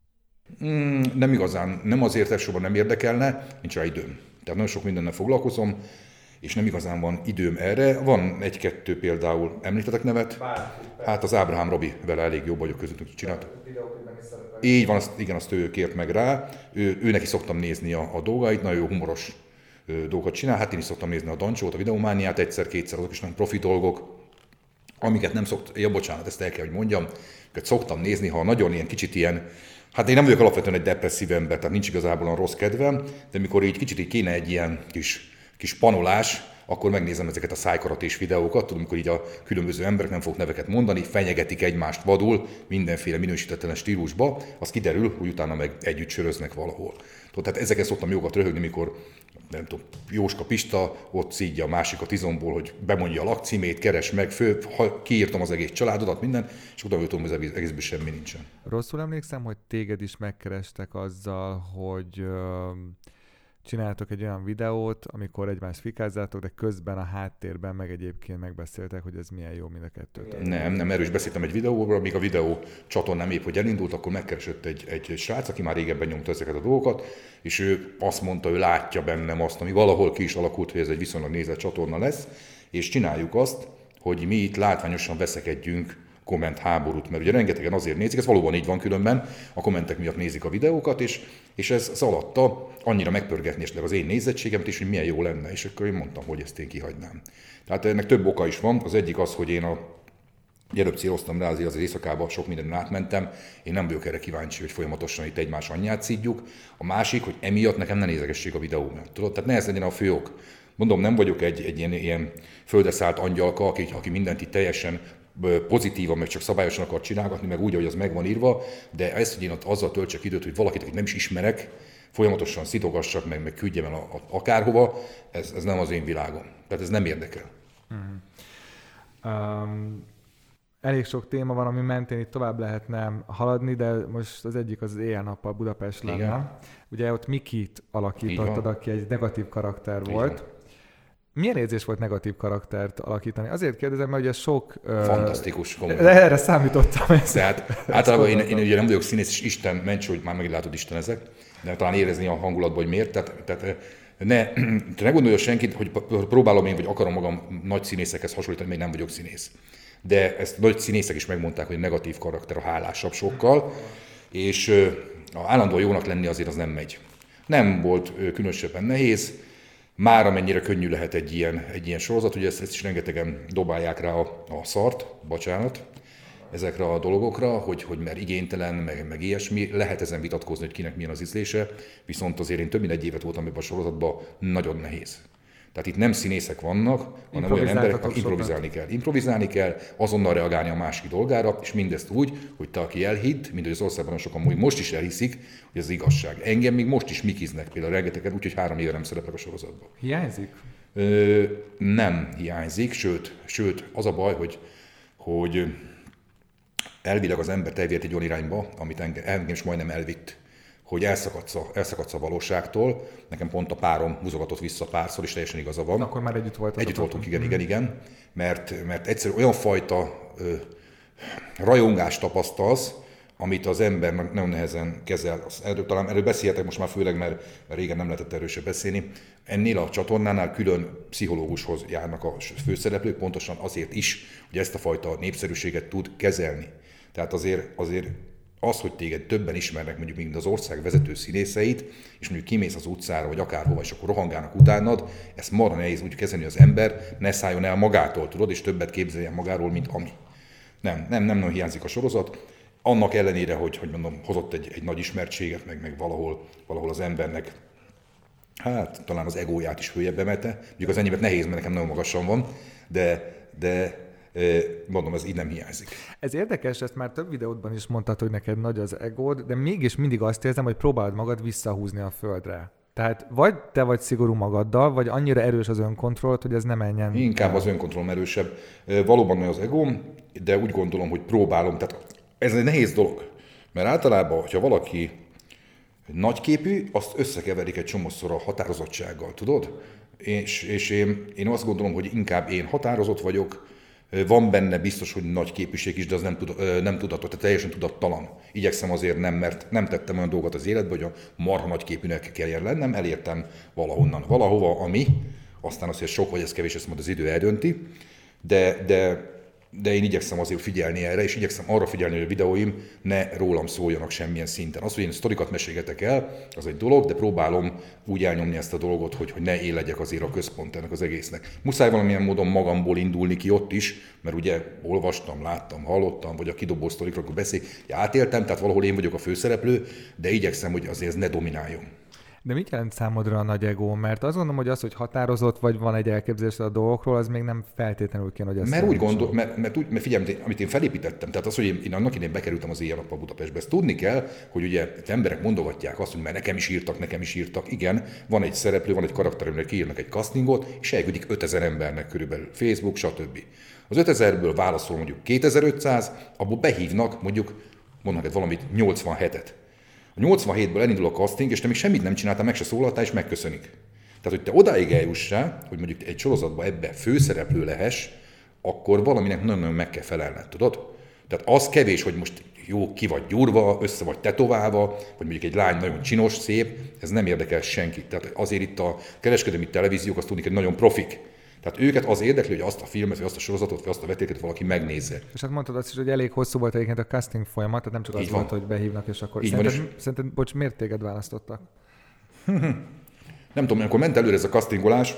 Mm, nem igazán, nem azért elsősorban nem érdekelne, nincs rá időm. Tehát nagyon sok mindennel foglalkozom, és nem igazán van időm erre. Van egy-kettő például, említetek nevet? Hát az Ábrahám Robi, vele elég jó vagyok közöttük csinált. Így van, azt, igen, azt ő kért meg rá. Ő, ő neki szoktam nézni a, a dolgait, nagyon jó humoros ö, dolgokat csinál. Hát én is szoktam nézni a Dancsót, a Videomániát egyszer-kétszer, azok is nagyon profi dolgok. Amiket nem szokt, ja bocsánat, ezt el kell, hogy mondjam, őket szoktam nézni, ha nagyon ilyen kicsit ilyen, Hát én nem vagyok alapvetően egy depresszív ember, tehát nincs igazából a rossz kedvem, de mikor így kicsit így kéne egy ilyen kis, kis panolás, akkor megnézem ezeket a szájkaratés videókat, tudom, amikor így a különböző emberek, nem fogok neveket mondani, fenyegetik egymást vadul, mindenféle minősítettelen stílusba, az kiderül, hogy utána meg együtt söröznek valahol. Tehát ezeket szoktam jókat röhögni, mikor nem tudom, Jóska Pista ott szídja a másikat izomból, hogy bemondja a lakcímét, keres meg, fő, ha kiírtam az egész családodat, minden, és utána tudom, hogy az egészben semmi nincsen. Rosszul emlékszem, hogy téged is megkerestek azzal, hogy ö, csináltok egy olyan videót, amikor egymást fikázzátok, de közben a háttérben meg egyébként megbeszéltek, hogy ez milyen jó mind a kettőtől. Nem, nem, erről is beszéltem egy videóról, amíg a videó csatornám épp, hogy elindult, akkor megkeresett egy, egy srác, aki már régebben nyomta ezeket a dolgokat, és ő azt mondta, ő látja bennem azt, ami valahol ki is alakult, hogy ez egy viszonylag nézett csatorna lesz, és csináljuk azt, hogy mi itt látványosan veszekedjünk komment háborút, mert ugye rengetegen azért nézik, ez valóban így van különben, a kommentek miatt nézik a videókat, és, és ez, ez alatta annyira megpörgetni esetleg az én nézettségemet is, hogy milyen jó lenne, és akkor én mondtam, hogy ezt én kihagynám. Tehát ennek több oka is van, az egyik az, hogy én a előbb céloztam rá, azért az éjszakában sok mindenen átmentem, én nem vagyok erre kíváncsi, hogy folyamatosan itt egymás anyját szídjuk. A másik, hogy emiatt nekem ne nézegessék a videómat, tudod? Tehát ne ez legyen a fő ok. Mondom, nem vagyok egy, egy ilyen, ilyen földeszállt angyalka, aki, aki mindent itt teljesen pozitívan, meg csak szabályosan akar csinálgatni, meg úgy, ahogy az meg van írva, de ezt, hogy én ott azzal töltsek időt, hogy valakit, akit nem is ismerek, folyamatosan szitogassak, meg, meg küldjem el a, a, akárhova, ez, ez nem az én világom. Tehát ez nem érdekel. Mm. Um, elég sok téma van, ami mentén itt tovább lehetne haladni, de most az egyik az, az éjjel-nappal Budapest lenne. Igen. Ugye ott Mikit alakítottad, aki egy negatív karakter Igen. volt. Milyen érzés volt negatív karaktert alakítani? Azért kérdezem, mert ugye sok... Fantasztikus. Uh, erre számítottam. Ezt. Tehát általában én, én ugye nem vagyok színész, és Isten ments, hogy már meglátod Isten ezek, de talán érezni a hangulatban, hogy miért. Tehát, tehát ne, ne gondolja senkit, hogy próbálom én, vagy akarom magam nagy színészekhez hasonlítani, még nem vagyok színész. De ezt nagy színészek is megmondták, hogy negatív karakter a hálásabb sokkal, és állandóan jónak lenni azért az nem megy. Nem volt különösebben nehéz, már amennyire könnyű lehet egy ilyen, egy ilyen sorozat, ugye ezt, ezt is rengetegen dobálják rá a, a szart, bocsánat, ezekre a dolgokra, hogy, hogy mert igénytelen, meg, meg ilyesmi, lehet ezen vitatkozni, hogy kinek milyen az ízlése, viszont azért én több mint egy évet voltam ebben a sorozatban, nagyon nehéz. Tehát itt nem színészek vannak, hanem olyan emberek, akik improvizálni kell. Improvizálni kell, azonnal reagálni a másik dolgára, és mindezt úgy, hogy te, aki elhidd, mint hogy az országban sokan most is elhiszik, hogy ez igazság. Engem még most is mikiznek, például rengetegen, úgyhogy három éve nem szereplek a sorozatban. Hiányzik? Ö, nem hiányzik, sőt, sőt, az a baj, hogy, hogy elvileg az ember elvihet egy olyan irányba, amit engem, engem is majdnem elvitt, hogy elszakadsz a, elszakadsz a valóságtól. Nekem pont a párom húzogatott vissza párszor, és teljesen igaza van. Akkor már együtt voltatok. Együtt voltunk, igen, igen, igen. Mert, mert egyszerűen olyan fajta ö, rajongást tapasztalsz, amit az ember nagyon nehezen kezel. Erről, talán erről beszélhetek most már főleg, mert, mert régen nem lehetett erről se beszélni. Ennél a csatornánál külön pszichológushoz járnak a főszereplők, pontosan azért is, hogy ezt a fajta népszerűséget tud kezelni. Tehát azért, azért az, hogy téged többen ismernek, mondjuk mint az ország vezető színészeit, és mondjuk kimész az utcára, vagy akárhova, és akkor rohangálnak utánad, ezt marha nehéz úgy kezelni, hogy az ember ne szálljon el magától, tudod, és többet képzeljen magáról, mint ami. Nem, nem, nem, nem hiányzik a sorozat. Annak ellenére, hogy, hogy mondom, hozott egy, egy nagy ismertséget, meg, meg valahol, valahol az embernek, hát talán az egóját is följebb emelte. Mondjuk az enyémet nehéz, mert nekem nagyon magasan van, de, de mondom, ez így nem hiányzik. Ez érdekes, ezt már több videódban is mondtad, hogy neked nagy az egód, de mégis mindig azt érzem, hogy próbálod magad visszahúzni a földre. Tehát vagy te vagy szigorú magaddal, vagy annyira erős az önkontrollod, hogy ez nem menjen. Inkább az önkontrollom erősebb. Valóban nagy az egóm, de úgy gondolom, hogy próbálom. Tehát ez egy nehéz dolog. Mert általában, hogyha valaki nagyképű, azt összekeverik egy csomószor a határozottsággal, tudod? És, és én, én azt gondolom, hogy inkább én határozott vagyok, van benne biztos, hogy nagy képűség is, de az nem, tud, nem tudatos, tehát teljesen tudattalan. Igyekszem azért nem, mert nem tettem olyan dolgot az életbe, hogy a marha nagy képűnek kelljen lennem, elértem valahonnan, valahova, ami, aztán az, hogy ez sok vagy ez kevés, ezt majd az idő eldönti, de, de de én igyekszem azért figyelni erre, és igyekszem arra figyelni, hogy a videóim ne rólam szóljanak semmilyen szinten. Az, hogy én sztorikat mesélgetek el, az egy dolog, de próbálom úgy elnyomni ezt a dolgot, hogy, hogy ne én legyek azért a központ ennek az egésznek. Muszáj valamilyen módon magamból indulni ki ott is, mert ugye olvastam, láttam, hallottam, vagy a kidobó sztorikról beszél, átéltem, tehát valahol én vagyok a főszereplő, de igyekszem, hogy azért ez ne domináljon. De mit jelent számodra a nagy egó? Mert azt gondolom, hogy az, hogy határozott vagy van egy elképzelés a dolgokról, az még nem feltétlenül kéne, hogy ezt mert úgy gondol, mert, mert, úgy, mert figyelj, amit én felépítettem, tehát az, hogy én, én annak idején bekerültem az Éjjel-nappal Budapestbe, ezt tudni kell, hogy ugye emberek mondogatják azt, hogy mert nekem is írtak, nekem is írtak. Igen, van egy szereplő, van egy karakter, aminek kiírnak egy castingot, és elküldik ötezer embernek körülbelül, Facebook, stb. Az ötezerből válaszol mondjuk kétezer-ötszáz, abból behívnak mondjuk, mondnak egy valamit, nyolcvanhetet. A nyolcvanhétből elindul a casting, és te még semmit nem csináltál, meg se szólaltál, és megköszönik. Tehát, hogy te odáig eljussál, hogy mondjuk egy sorozatban ebbe főszereplő lehess, akkor valaminek nagyon-nagyon meg kell felelned, tudod? Tehát az kevés, hogy most jó, ki vagy gyúrva, össze vagy tetoválva, vagy mondjuk egy lány nagyon csinos, szép, ez nem érdekel senkit. Tehát azért itt a kereskedelmi televíziók azt tudni, hogy nagyon profik. Tehát őket az érdekli, hogy azt a filmet, vagy azt a sorozatot, vagy azt a vetélket valaki megnézze. És hát mondtad azt is, hogy elég hosszú volt egyébként a casting folyamat, tehát nem csak az volt, hogy behívnak, és akkor... Így szerinted, van, és... szerinted, bocs, miért téged választottak? Nem tudom, amikor ment előre ez a castingolás,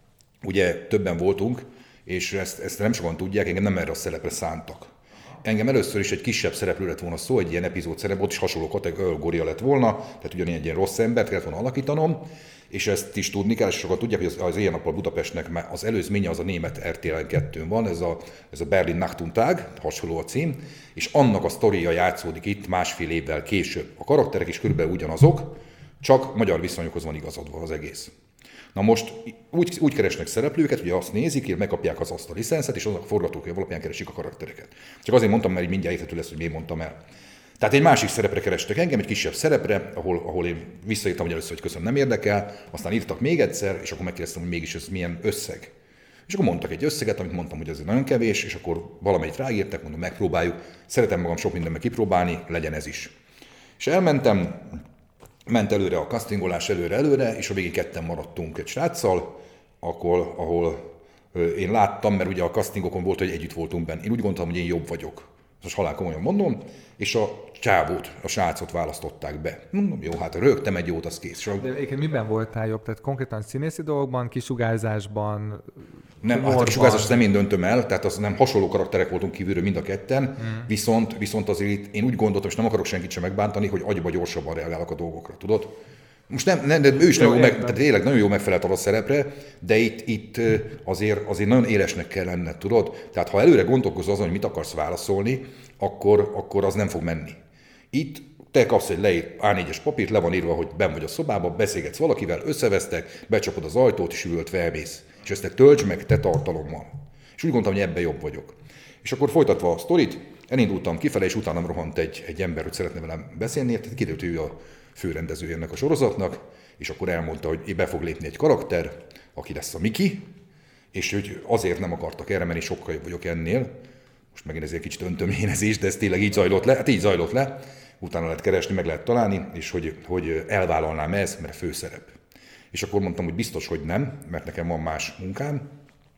ugye többen voltunk, és ezt, ezt nem sokan tudják, engem nem erre a szerepre szántak. Engem először is egy kisebb szereplő lett volna szó, egy ilyen epizód szerep, ott is hasonló kategória lett volna, tehát ugyanilyen egy ilyen rossz embert kellett volna alakítanom, és ezt is tudni kell, és sokan tudják, hogy az, az Éjjel-nappal Budapestnek az előzménye az a német er té el kettőn van, ez a, ez a Berlin Nachtundtag, hasonló a cím, és annak a sztoria játszódik itt másfél évvel később. A karakterek is körülbelül ugyanazok, csak magyar viszonyokhoz van igazodva az egész. Na most úgy, úgy keresnek szereplőket, hogy azt nézik, hogy megkapják az azt a licenszet, és azok a forgatókönyv alapján keresik a karaktereket. Csak azért mondtam, mert így mindjárt érthető lesz, hogy miért mondtam el. Tehát egy másik szerepre kerestek engem, egy kisebb szerepre, ahol, ahol én visszaírtam, hogy először, hogy köszönöm, nem érdekel, aztán írtak még egyszer, és akkor megkérdeztem, hogy mégis ez milyen összeg. És akkor mondtak egy összeget, amit mondtam, hogy ez nagyon kevés, és akkor valamelyik ráírtak, mondom, megpróbáljuk, szeretem magam sok mindenben kipróbálni, legyen ez is. És elmentem, ment előre a castingolás előre-előre, és a végén ketten maradtunk egy sráccal, akkor, ahol én láttam, mert ugye a castingokon volt, hogy együtt voltunk benne. Én úgy gondoltam, hogy én jobb vagyok. Most halál komolyan mondom, és a csávót, a srácot választották be. Mondom, jó, hát rögtem egy jót, az kész. De egyébként miben voltál jobb? Tehát konkrétan színészi dolgokban, kisugárzásban? Nem, hát a kisugárzást nem én döntöm el, tehát az nem hasonló karakterek voltunk kívülről mind a ketten, hmm. viszont, viszont azért én úgy gondoltam, és nem akarok senkit sem megbántani, hogy agyba gyorsabban reagálok a dolgokra, tudod? Most nem, nem de ő is jó, nagyon, meg, tehát tényleg nagyon jó megfelelt a szerepre, de itt, itt azért, azért nagyon élesnek kell lenned, tudod? Tehát ha előre gondolkozol azon, hogy mit akarsz válaszolni, akkor, akkor az nem fog menni. Itt te kapsz egy leírt á négyes papírt, le van írva, hogy benn vagy a szobában, beszélgetsz valakivel, összevesztek, becsapod az ajtót, és üvölt elmész. És ezt te töltsd meg te tartalommal. És úgy gondoltam, hogy ebben jobb vagyok. És akkor folytatva a sztorit, elindultam kifele, és utána rohant egy, egy ember, hogy szeretne velem beszélni, tehát kiderült, hogy ő a főrendezője ennek a sorozatnak, és akkor elmondta, hogy be fog lépni egy karakter, aki lesz a Miki, és hogy azért nem akartak erre menni, sokkal jobb vagyok ennél. Most megint ezért kicsit öntöményezés, de ez tényleg így zajlott le, hát így zajlott le, utána lehet keresni, meg lehet találni, és hogy, hogy elvállalnám ezt, mert főszerep. És akkor mondtam, hogy biztos, hogy nem, mert nekem van más munkám,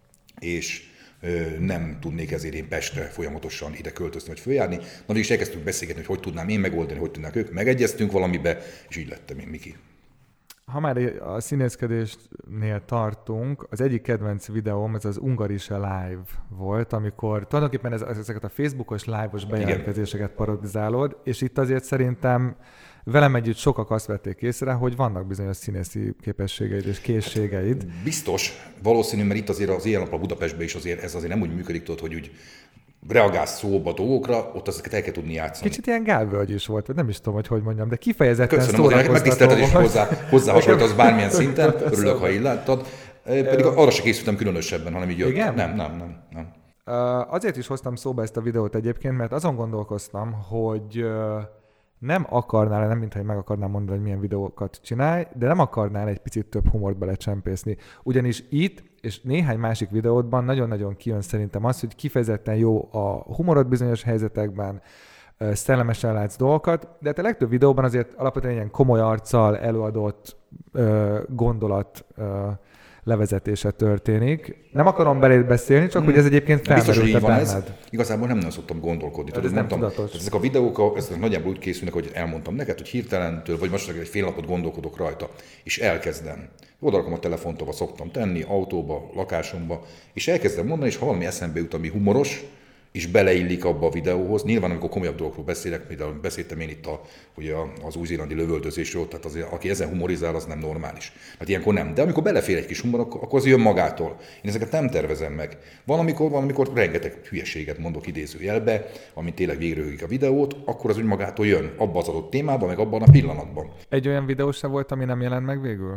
és nem tudnék ezért én Pestre folyamatosan ide költözni vagy följárni. Na végig elkezdtünk beszélgetni, hogy hogy tudnám én megoldani, hogy tudnák ők. Megegyeztünk valamibe, és így lettem én Miki. Ha már a színészkedésnél tartunk, az egyik kedvenc videóm, ez az Ungarise Live volt, amikor tulajdonképpen ez, ezeket a Facebookos live-os bejelentkezéseket parodizálod, és itt azért szerintem velem együtt sokak azt vették észre, hogy vannak bizonyos színészi képességeid és készségeid. Biztos, valószínű, mert itt azért az Éjjel-nappal Budapestben is azért ez azért nem úgy működik, tudod, hogy úgy reagálsz szóba dolgokra, ott azokat el kell tudni játszani. Kicsit ilyen gálvölgy is volt, vagy nem is tudom, hogy hogy mondjam, de kifejezetten szórakoztató. Köszönöm, megtisztelted is hozzá, hozzá hasonlítasz bármilyen szinten, örülök, ha így láttad. Pedig arra se készültem különösebben, hanem így jött. Igen? Nem, nem, nem. nem. Azért is hoztam szóba ezt a videót egyébként, mert azon gondolkoztam, hogy nem akarnál, nem mintha meg akarnám mondani, hogy milyen videókat csinálj, de nem akarnál egy picit több humort belecsempészni. Ugyanis itt és néhány másik videódban nagyon-nagyon kijön szerintem az, hogy kifejezetten jó a humorod bizonyos helyzetekben, szellemesen látsz dolgokat, de hát a legtöbb videóban azért alapvetően ilyen komoly arccal előadott gondolat levezetése történik. Nem akarom beléd beszélni, csak hogy ez egyébként felmerült benned. Igazából nem nagyon szoktam gondolkodni. Ez nem tudatos. Ezek a videók ezek nagyjából úgy készülnek, hogy elmondtam neked, hogy hirtelentől, vagy most egy fél napot gondolkodok rajta, és elkezdem. Odarakom a telefont, ahol szoktam tenni, autóba, lakásomba, és elkezdem mondani, és ha valami eszembe jut, ami humoros, és beleillik abba a videóhoz. Nyilván, amikor komolyabb dolgokról beszélek, például beszéltem én itt a, ugye az új-zélandi lövöldözésről, tehát azért, aki ezen humorizál, az nem normális. Hát ilyenkor nem. De amikor belefér egy kis humor, akkor az jön magától. Én ezeket nem tervezem meg. Valamikor, valamikor rengeteg hülyeséget mondok idézőjelbe, amit tényleg végrehőgik a videót, akkor az úgy magától jön abban az adott témában, meg abban a pillanatban. Egy olyan videó se volt, ami nem jelent meg végül?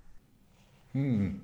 Hmm.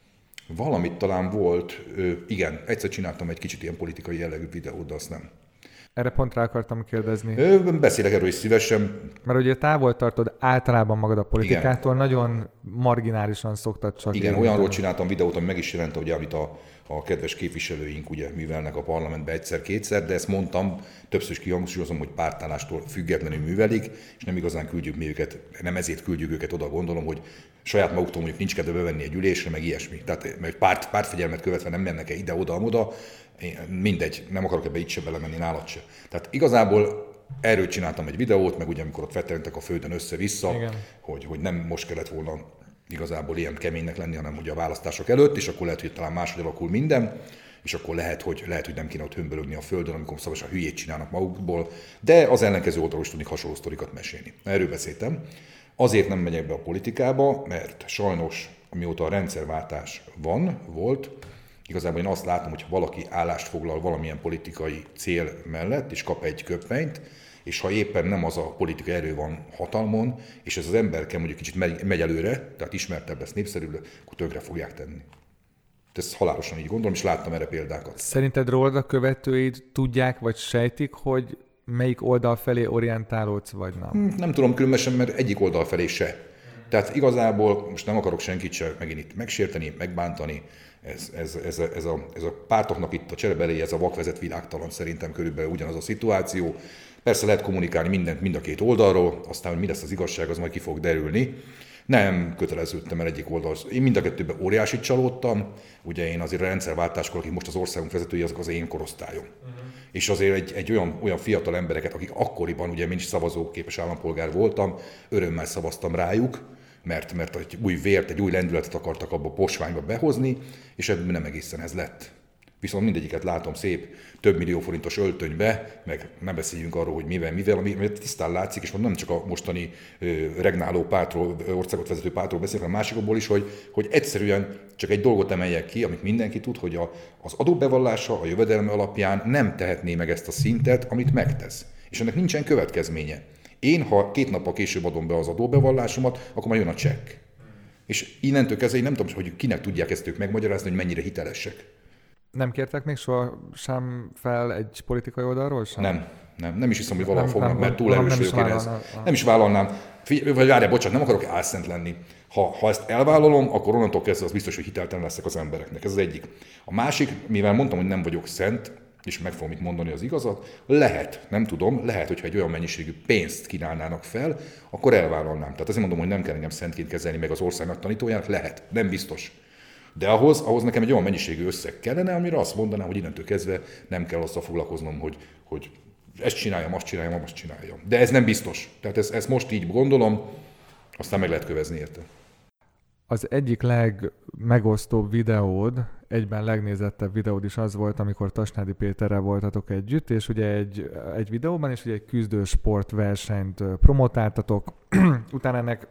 Valamit talán volt, igen, egyszer csináltam egy kicsit ilyen politikai jellegű videót, de azt nem. Erre pont rá akartam kérdezni. Beszélek erről is szívesen. Mert ugye távol tartod általában magad a politikától, igen. Nagyon marginálisan szoktad csak. Igen, érinteni. Olyanról csináltam videót, ami meg is jelent, ugye, amit a, a kedves képviselőink ugye művelnek a parlamentben egyszer-kétszer, de ezt mondtam, többször is kihangsúlyozom, hogy pártállástól függetlenül művelik, és nem igazán küldjük mi őket, nem ezért küldjük őket oda, gondolom, hogy saját maguktól mondjuk nincs kedve bevenni egy ülésre, meg ilyesmi. Tehát mert párt, pártfigyelmet követve nem mennek-e ide-oda-oda, mindegy, nem akarok ebbe itt se belemenni, nálad se. Tehát igazából erről csináltam egy videót, meg ugye amikor ott vetelentek a földön össze-vissza, hogy, hogy nem most kellett volna igazából ilyen keménynek lenni, hanem ugye a választások előtt, és akkor lehet, hogy talán máshogy alakul minden, és akkor lehet, hogy, lehet, hogy nem kéne ott hömbölögni a földön, amikor szabadsan hülyét csinálnak magukból, de az ellenkező oldalról is tudnék hasonló sztorikat mesélni. Erről beszéltem. Azért nem megyek be a politikába, mert sajnos, amióta a rendszerváltás van, volt, igazából én azt látom, hogy ha valaki állást foglal valamilyen politikai cél mellett, és kap egy köppenyt, és ha éppen nem az a politikai erő van hatalmon, és ez az emberke mondjuk kicsit megy, megy előre, tehát ismertebb lesz, népszerűbb, akkor tönkre fogják tenni. Ezt halálosan így gondolom, és láttam erre példákat. Szerinted rólad a követőid tudják, vagy sejtik, hogy melyik oldal felé orientálódsz, vagy nem? Nem tudom különösen, mert egyik oldal felé se. Tehát igazából most nem akarok senkit se megint itt megsérteni, megbántani. Ez, ez, ez, a, ez, a, ez a pártoknak itt a cserebelé, ez a vakvezet világtalan, szerintem körülbelül ugyanaz a szituáció. Persze lehet kommunikálni mindent mind a két oldalról, aztán, hogy mi lesz az igazság, az majd ki fog derülni. Nem köteleződtem el egyik oldal. Én mind a kettőben óriásit csalódtam. Ugye én azért a rendszerváltáskor, akik most az országunk vezetői, azok az én korosztályom. Uh-huh. És azért egy, egy olyan, olyan fiatal embereket, akik akkoriban, ugye én is szavazóképes állampolgár voltam, örömmel szavaztam rájuk, mert, mert egy új vért, egy új lendületet akartak abba a posványba behozni, és ebből nem egészen ez lett. Viszont mindegyiket látom szép, több millió forintos öltönybe, meg nem beszéljünk arról, hogy mivel, mivel, ami tisztán látszik, és nem csak a mostani ö, regnáló pártról, országot vezető pártról beszélek, hanem másikból is, hogy, hogy egyszerűen csak egy dolgot emeljek ki, amit mindenki tud, hogy a, az adóbevallása a jövedelme alapján nem tehetné meg ezt a szintet, amit megtesz. És ennek nincsen következménye. Én, ha két nappal később adom be az adóbevallásomat, akkor már jön a csekk. És innentől kezdve én nem tudom, hogy kinek tudják ezt ők megmagyarázni, hogy mennyire hitelesek. Nem kértek még soha sem fel egy politikai oldalról sem? Nem, nem, nem is hiszem, hogy valahol fognak, mert túl erős vagyok én ez. Nem is vállalnám. Figy- vagy várjál, bocsánat, nem akarok álszent lenni. Ha, ha ezt elvállalom, akkor onnantól kezdve az biztos, hogy hiteltelen leszek az embereknek. Ez az egyik. A másik, mivel mondtam, hogy nem vagyok szent, és meg fogom itt mondani az igazat, lehet, nem tudom, lehet, hogyha egy olyan mennyiségű pénzt kínálnának fel, akkor elvállalnám. Tehát azért mondom, hogy nem kell engem szentként kezelni meg az országnak tanítójának, lehet, nem biztos. De ahhoz, ahhoz nekem egy olyan mennyiségű összeg kellene, amire azt mondanám, hogy innentől kezdve nem kell azzal foglalkoznom, hogy, hogy ezt csináljam, azt csináljam, azt csináljam. De ez nem biztos. Tehát ezt, ezt most így gondolom, aztán meg lehet kövezni érte. Az egyik legmegosztóbb videód, egyben legnézettebb videód is az volt, amikor Tasnádi Péterrel voltatok együtt, és ugye egy, egy videóban, és ugye egy küzdősport versenyt promotáltatok. Utána ennek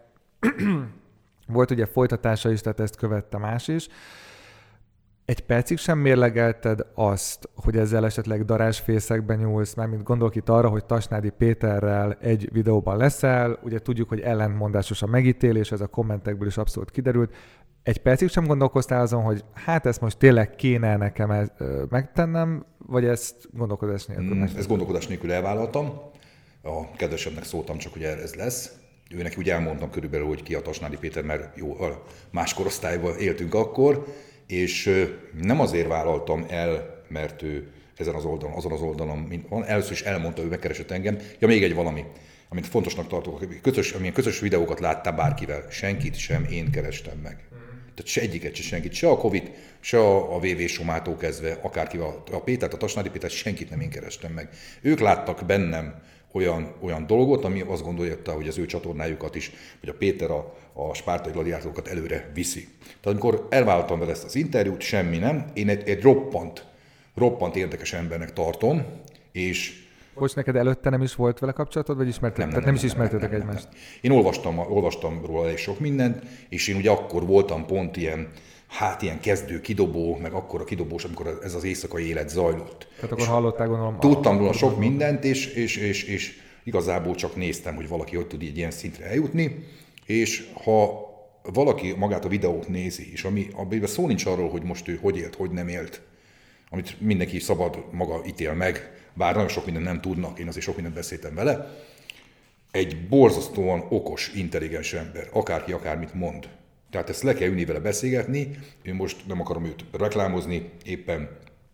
volt ugye folytatása is, tehát ezt követte más is. Egy percig sem mérlegelted azt, hogy ezzel esetleg darázsfészekben nyúlsz, mármint gondolok itt arra, hogy Tasnádi Péterrel egy videóban leszel, ugye tudjuk, hogy ellentmondásos a megítélés, ez a kommentekből is abszolút kiderült. Egy percig sem gondolkoztál azon, hogy hát ezt most tényleg kéne nekem ez, ö, megtennem, vagy ezt gondolkodás nélkül? Mm, ezt gondolkodás nélkül elvállaltam. A kedvesemnek szóltam csak, hogy ez lesz. Őnek úgy elmondtam körülbelül, hogy ki a Tasnádi Péter, mert jó, más korosztályban éltünk akkor, és nem azért vállaltam el, mert ő ezen az oldalon, azon az oldalon, mint van, először is elmondta, ő megkeresett engem. Ja, még egy valami, amit fontosnak tartok, közös, amilyen közös videókat láttál bárkivel, senkit sem én kerestem meg. tehát se egyiket, se senkit, se a Covid, se a, a vé vé Somától kezdve, akárkivel, a Pétert, a Tasnádi Pétert, senkit nem én kerestem meg. Ők láttak bennem olyan, olyan dolgot, ami azt gondolja, hogy az ő csatornájukat is, vagy a Péter a, a spártai gladiátorokat előre viszi. Tehát amikor elvállaltam vele ezt az interjút, semmi nem, én egy, egy roppant, roppant érdekes embernek tartom, és Bocs, neked előtte nem is volt vele kapcsolatod, vagy ismerted? Nem, nem, Tehát nem, nem is ismertetek egymást? Nem, nem. Én olvastam, olvastam róla elég sok mindent, és én ugye akkor voltam pont ilyen, hát ilyen kezdő kidobó, meg akkor a kidobós, amikor ez az éjszakai élet zajlott. Tehát akkor hallottál, gondolom. Tudtam róla sok mindent, és, és, és, és igazából csak néztem, hogy valaki hogy tud egy ilyen szintre eljutni, és ha valaki magát a videót nézi, és ami, amiben szó nincs arról, hogy most ő hogy élt, hogy nem élt, amit mindenki szabad maga ítél meg, bár nagyon sok mindent nem tudnak, én azért sok mindent beszéltem vele, egy borzasztóan okos, intelligens ember, akárki akármit mond. Tehát ezt le kell ülni vele beszélgetni, én most nem akarom őt reklámozni, éppen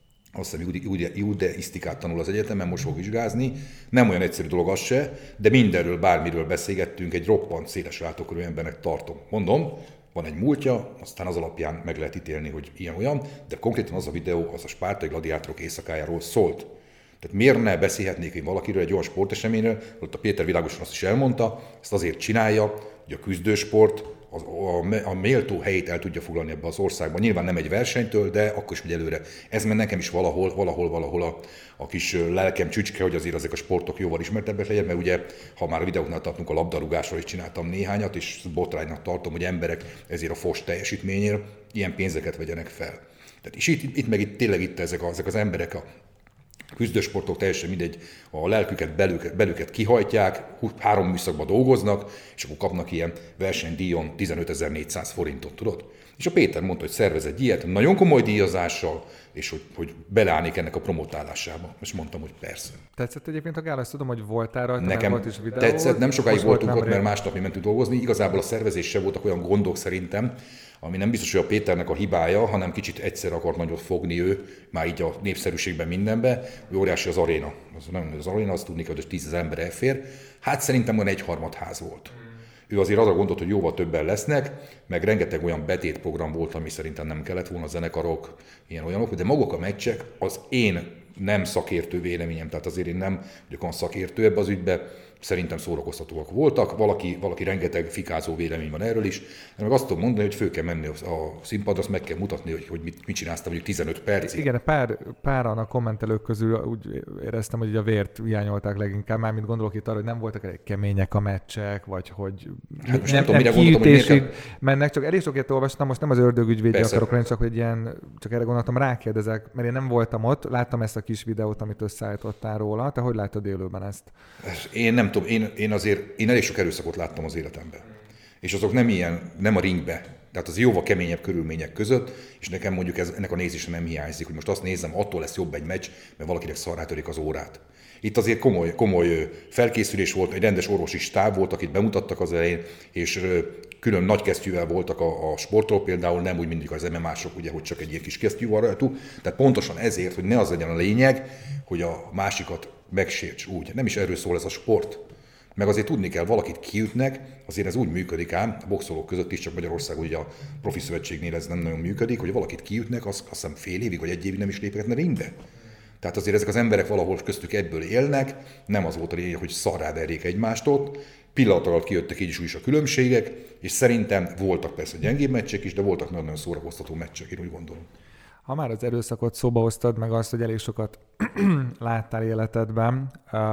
azt hiszem judeisztikát tanul az egyetemen, most fog vizsgázni, nem olyan egyszerű dolog az se, de mindenről, bármiről beszélgettünk, egy roppant széles látókörű embernek tartom. Mondom, van egy múltja, aztán az alapján meg lehet ítélni, hogy ilyen-olyan, de konkrétan az a videó, az a spártai gladiátorok éjszakájáról szólt. Tehát miért ne beszélhetnék én valakiről egy olyan sporteseményről, ott a Péter világosan azt is elmondta, ezt azért csinálja, hogy a küzdősport a, a, a méltó helyét el tudja foglalni ebbe az országban. Nyilván nem egy versenytől, de akkor is megy előre. Ez ment nekem is valahol, valahol, valahol a, a kis lelkem csücske, hogy azért ezek a sportok jóval ismertebbek legyen, mert ugye, ha már a videóknál tartunk, a labdarúgásról is csináltam néhányat, és botránynak tartom, hogy emberek ezért a fos teljesítményért ilyen pénzeket vegyenek fel. Tehát, és itt, itt meg itt tényleg itt ezek, a, ezek az emberek, a küzdősportok teljesen mindegy, a lelküket, belüket, belüket kihajtják, három műszakban dolgoznak, és akkor kapnak ilyen versenydíjon tizenötezer-négyszáz forintot, tudod? És a Péter mondta, hogy szervez egy ilyet, nagyon komoly díjazással, és hogy, hogy beleállnék ennek a promotálásába. És mondtam, hogy persze. Tetszett egyébként a gála, ezt tudom, hogy voltál rajta, nekem volt is videó. Tetszett, nem sokáig voltunk ott, mert másnap mi mentünk dolgozni. Igazából a szervezés se voltak olyan gondok szerintem, ami nem biztos, hogy a Péternek a hibája, hanem kicsit egyszer akart nagyot fogni ő, már így a népszerűségben mindenbe, hogy óriási az aréna. Az, nem, az aréna, azt tudni kell, hogy tízezer ember elfér. Hát szerintem olyan egyharmad ház volt. Ő azért arra gondolt, hogy jóval többen lesznek, meg rengeteg olyan betétprogram volt, ami szerintem nem kellett volna, zenekarok, ilyen olyanok, de maguk a meccsek az én nem szakértő véleményem, tehát azért én nem vagyok olyan szakértő ebbe az ügybe, szerintem szórakoztatóak voltak, valaki, valaki rengeteg fikázó vélemény van erről is, de meg azt tudom mondani, hogy fő kell menni a színpadra, azt meg kell mutatni, hogy, hogy mit, mit csináltam mondjuk tizenöt percig. Igen, pár, páran a kommentelők közül úgy éreztem, hogy a vért hiányolták leginkább, mármint gondolok itt arra, hogy nem voltak elég kemények a meccsek, vagy hogy hát most nem, nem, nem tudom, mire gondoltam, hogy mennek, csak elég sok ilyet olvastam, most nem az ördögügyvédje akarok lenni, csak hogy ilyen, csak erre gondoltam, rákérdezek, mert én nem voltam ott, láttam ezt a kis videót, amit összeállítottál róla, te hogy láttad élőben ezt? Én nem tudom, én, én azért, én elég sok erőszakot láttam az életemben. És azok nem ilyen, nem a ringbe, tehát az jóval keményebb körülmények között, és nekem mondjuk ez, ennek a nézése nem hiányzik, hogy most azt nézem, attól lesz jobb egy meccs, mert valakinek szarrá törik az órát. Itt azért komoly, komoly felkészülés volt, egy rendes orvosi stáb volt, akit bemutattak az elején, és külön nagy kesztyűvel voltak a, a sportról, például nem úgy mindig az em em á-sok, ugye, hogy csak egy ilyen kis kesztyű van rajtuk. Tehát pontosan ezért, hogy ne az legyen a lényeg, hogy a másikat megsérts úgy. Nem is erről szól ez a sport. Meg azért tudni kell, valakit kiütnek, azért ez úgy működik ám, a boxolók között is, csak Magyarországon ugye a profi szövetségnél ez nem nagyon működik, hogy valakit kiütnek, azt, azt hiszem fél évig vagy egy évig nem is léphetne ringbe. Tehát azért ezek az emberek valahol köztük ebből élnek, nem az volt a lényeg, hogy szarrá verjék egymást ott, pillanat alatt kijöttek így is, úgy is a különbségek, és szerintem voltak persze gyengébb meccsek is, de voltak nagyon-nagyon szórakoztató meccsek, én úgy gondolom. Ha már az erőszakot szóba hoztad, meg azt, hogy elég sokat láttál életedben,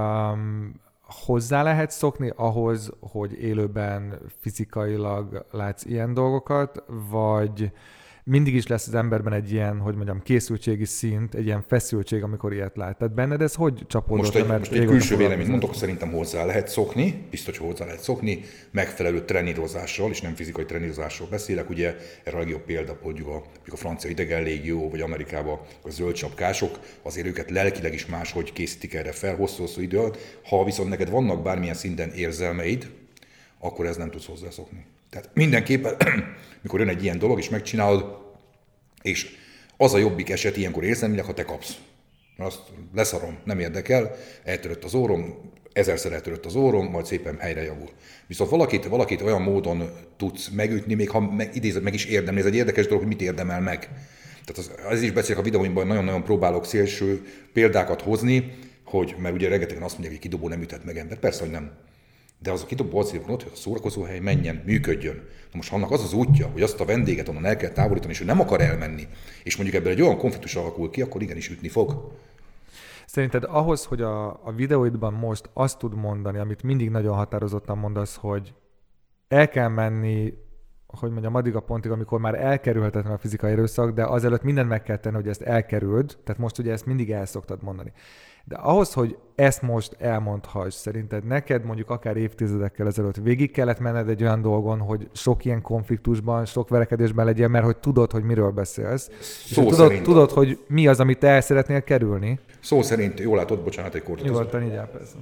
um, hozzá lehet szokni ahhoz, hogy élőben fizikailag látsz ilyen dolgokat, vagy mindig is lesz az emberben egy ilyen, hogy mondjam, készültségi szint, egy ilyen feszültség, amikor ilyet lát. Tehát benned ez hogy csapódott? Most egy, most egy külső véleményt mondok, szerintem hozzá lehet szokni, biztos, hogy hozzá lehet szokni, megfelelő trenírozással, és nem fizikai trenírozással beszélek. Ugye erre a legjobb példa, mondjuk a, a francia idegenlégió, vagy Amerikában a zöldcsapkások, azért őket lelkileg is máshogy készítik erre fel hosszú-hosszú idő alatt. Ha viszont neked vannak bármilyen szinten érzelmeid, akkor ez nem tudsz hozzászokni. Tehát mindenképpen, mikor jön egy ilyen dolog, és megcsinálod, és az a jobbik eset ilyenkor érzelmileg, ha te kapsz. Azt leszarom, nem érdekel, eltörött az orrom, ezerszer eltörött az orrom, majd szépen helyre javul. Viszont valakit, valakit olyan módon tudsz megütni, még ha meg, idézed, meg is érdemli, ez egy érdekes dolog, hogy mit érdemel meg. Tehát az, az is beszélek a videóimban, nagyon-nagyon próbálok szélső példákat hozni, hogy, mert ugye rengetegen azt mondják, hogy kidobó nem üthet meg ember. Persze, hogy nem. De az a kidobó azért van ott, hogy a szórakozóhely menjen, működjön. Na most annak az az útja, hogy azt a vendéget onnan el kell távolítani, és ő nem akar elmenni, és mondjuk ebből egy olyan konfliktus alakul ki, akkor igenis ütni fog. Szerinted ahhoz, hogy a, a videóidban most azt tud mondani, amit mindig nagyon határozottan mondasz, hogy el kell menni, hogy mondjam, addig a pontig, amikor már elkerülhetetlen a fizikai erőszak, de azelőtt mindent meg kell tenni, hogy ezt elkerüld, tehát most ugye ezt mindig el szoktad mondani. De ahhoz, hogy ezt most elmondhass, szerinted neked mondjuk akár évtizedekkel ezelőtt végig kellett menned egy olyan dolgon, hogy sok ilyen konfliktusban, sok verekedésben legyél, mert hogy tudod, hogy miről beszélsz. Szó és tudod, tudod, hogy mi az, amit te el szeretnél kerülni. Szó szerint jól látod, bocsánat, egy kortot. Nyugodtan, így áll, persze.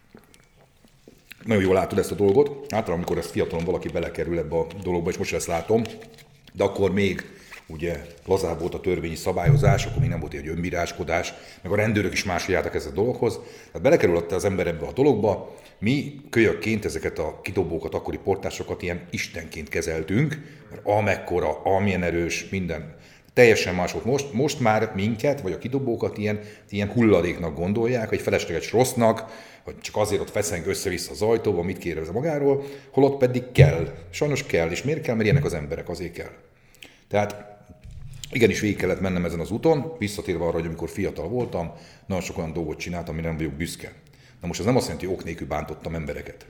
Nagyon jól látod ezt a dolgot. Általában, amikor ezt fiatalon valaki belekerül ebbe a dologba, és most ezt látom, de akkor még ugye lazább volt a törvényi szabályozás, akkor még nem volt egy önbíráskodás, meg a rendőrök is máshogy álltak ez a dologhoz. Tehát belekerült az ember ebbe a dologba, mi kölyökként ezeket a kidobókat, akkori portásokat ilyen istenként kezeltünk, mert amekkora, amilyen erős, minden. Teljesen más volt. Most, most már minket, vagy a kidobókat ilyen, ilyen hulladéknak gondolják, vagy felesleges rossznak, vagy csak azért ott feszeng össze-vissza az ajtóba, mit kérdez magáról, holott pedig kell. Sajnos kell. És miért kell? Mert ilyenek az emberek, azért kell. Tehát igenis végig kellett mennem ezen az úton, visszatérve arra, hogy amikor fiatal voltam, nagyon sok olyan dolgot csináltam, amire nem vagyok büszke. Na most ez nem azt jelenti, hogy ok nélkül bántottam embereket.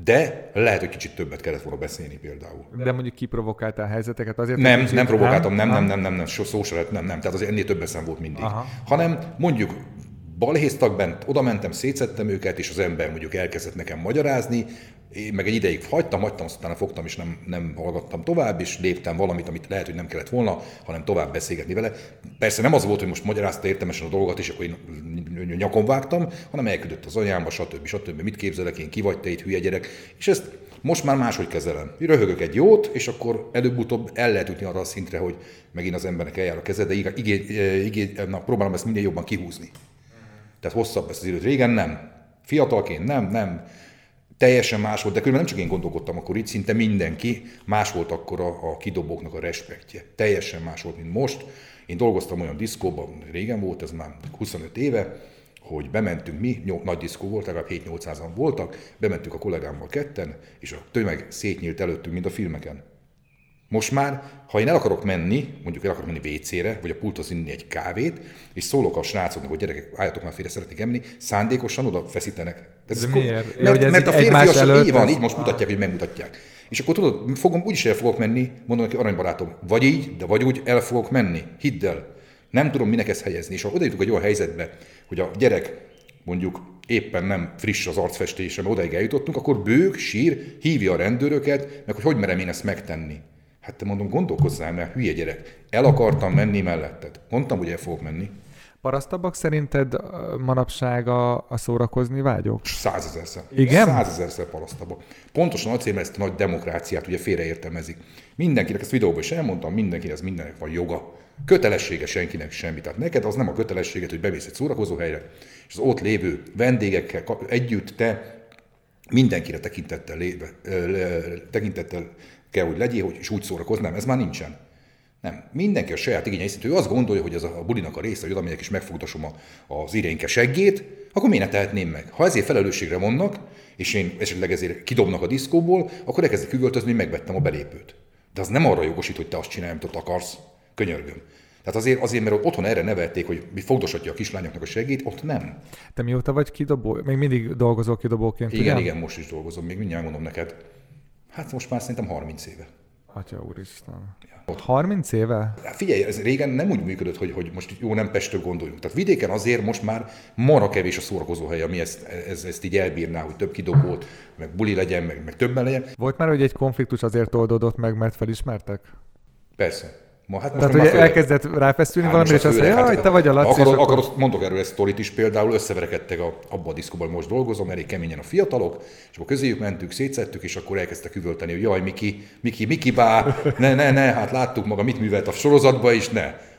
De lehet, hogy kicsit többet kellett volna beszélni például. De mondjuk kiprovokáltál helyzeteket azért? Nem, kicsit, nem provokáltam, nem, nem, nem, nem, nem, szó se lett, nem, nem. Tehát azért ennél több eszem volt mindig. Aha. Hanem mondjuk balhéztak bent, oda mentem, szétszettem őket, és az ember mondjuk elkezdett nekem magyarázni, én meg egy ideig hagytam, hagytam, azt utána fogtam, és nem, nem hallgattam tovább, és léptem valamit, amit lehet, hogy nem kellett volna, hanem tovább beszélgetni vele. Persze nem az volt, hogy most magyarázta értelmesen a dolgot, és akkor én nyakon vágtam, hanem elküldött az anyámba, stb. stb. Mit képzelek én, ki vagy te itt, hülye gyerek. És ezt most már máshogy kezelem. Röhögök egy jót, és akkor előbb-utóbb el lehet jutni arra a szintre, hogy megint az embernek eljár a keze, de igé, igé, igé, na, próbálom ezt minél jobban kihúzni. Tehát hosszabb ezt az időt. Régen nem. Fiatalként nem, nem. Teljesen más volt, de különben nem csak én gondolkodtam akkor itt, szinte mindenki, más volt akkor a, a kidobóknak a respektje. Teljesen más volt, mint most. Én dolgoztam olyan diszkóban, régen volt, ez már huszonöt éve, hogy bementünk mi, nyolc, nagy diszkó volt, legalább hét-nyolcszázan voltak, bementünk a kollégámmal ketten, és a tömeg szétnyílt előttünk, mint a filmeken. Most már, ha én el akarok menni, mondjuk el akarok menni vécére, vagy a pulthoz inni egy kávét, és szólok a srácoknak, hogy gyerekek, álljatok már félre, szeretnék enni, szándékosan oda feszítenek. Ez miért? Mert, ja, mert a férfiasok így van, így most mutatják, hogy megmutatják. És akkor tudod, fogom, úgyis el fogok menni, mondom neki, aranybarátom, vagy így, de vagy úgy el fogok menni, hidd el. Nem tudom, minek ezt helyezni. És ha oda jutunk egy olyan helyzetbe, hogy a gyerek mondjuk éppen nem friss az arcfestése, mert odaig eljutottunk, akkor bőg, sír, hívja a rendőröket, meg hogy hogy merem én ezt megtenni. Hát te mondom, gondolkozzál, mert hülye gyerek. El akartam menni melletted. Mondtam, hogy el fogok menni. Parasztabbak szerinted manapság a, a szórakozni vágyók? Százezerszer. Igen? Százezerszer parasztabbak. Pontosan azért, mert ezt a nagy demokráciát ugye félreértelmezik. Mindenkinek, ezt videóban is elmondtam, mindenkinek, ez mindennek van joga. Kötelessége senkinek semmi. Tehát neked az nem a kötelességet, hogy bemész egy szórakozóhelyre, és az ott lévő vendégekkel együtt te mindenkire tekintettel, léve, tekintettel kell, hogy legyél, hogy és úgy szórakoznám, ez már nincsen. Nem. Mindenki a saját igényei szerint, ő azt gondolja, hogy ez a bulinak a része, hogy oda megyek és megfogtasom az irénke seggét, akkor miért ne tehetném meg? Ha ezért felelősségre vonnak, és én esetleg ezért kidobnak a diszkóból, akkor elkezdek üvöltözni, hogy megvettem a belépőt. De az nem arra jogosít, hogy te azt csinálj, amit ott akarsz. Könyörgöm. Tehát azért, azért, mert otthon erre nevelték, hogy mi fogdosatja a kislányoknak a segít, ott nem. Te mióta vagy kidobó? Még mindig dolgozol kidobóként, igen, igen? Igen, most is dolgozom, még mindjárt mondom neked. Hát most már szerintem harminc éve. Atya úristen. Ja. harminc éve? Figyelj, ez régen nem úgy működött, hogy, hogy most jó, nem Pestről gondoljunk. Tehát vidéken azért most már marha kevés a szórakozóhely, ami ezt, ez, ezt így elbírná, hogy több kidobót, meg buli legyen, meg, meg többen legyen. Volt már, hogy egy konfliktus azért oldódott meg, mert felismertek? Persze. Ma, hát Tehát, hogy elkezdett ráfeszülni hát valamire, és azt mondja, hogy te vagy a Laci. Akarod, akkor... akarod, mondok erről egy sztorit is, például összeverekedtek a, abban a diszkóban, hogy most dolgozom, elég keményen a fiatalok, és akkor közéjük mentünk, szétszettük, és akkor elkezdtek üvölteni, hogy jaj, Miki, Miki, Miki bá, ne, ne, ne, hát láttuk maga, mit művelt a sorozatban is, ne.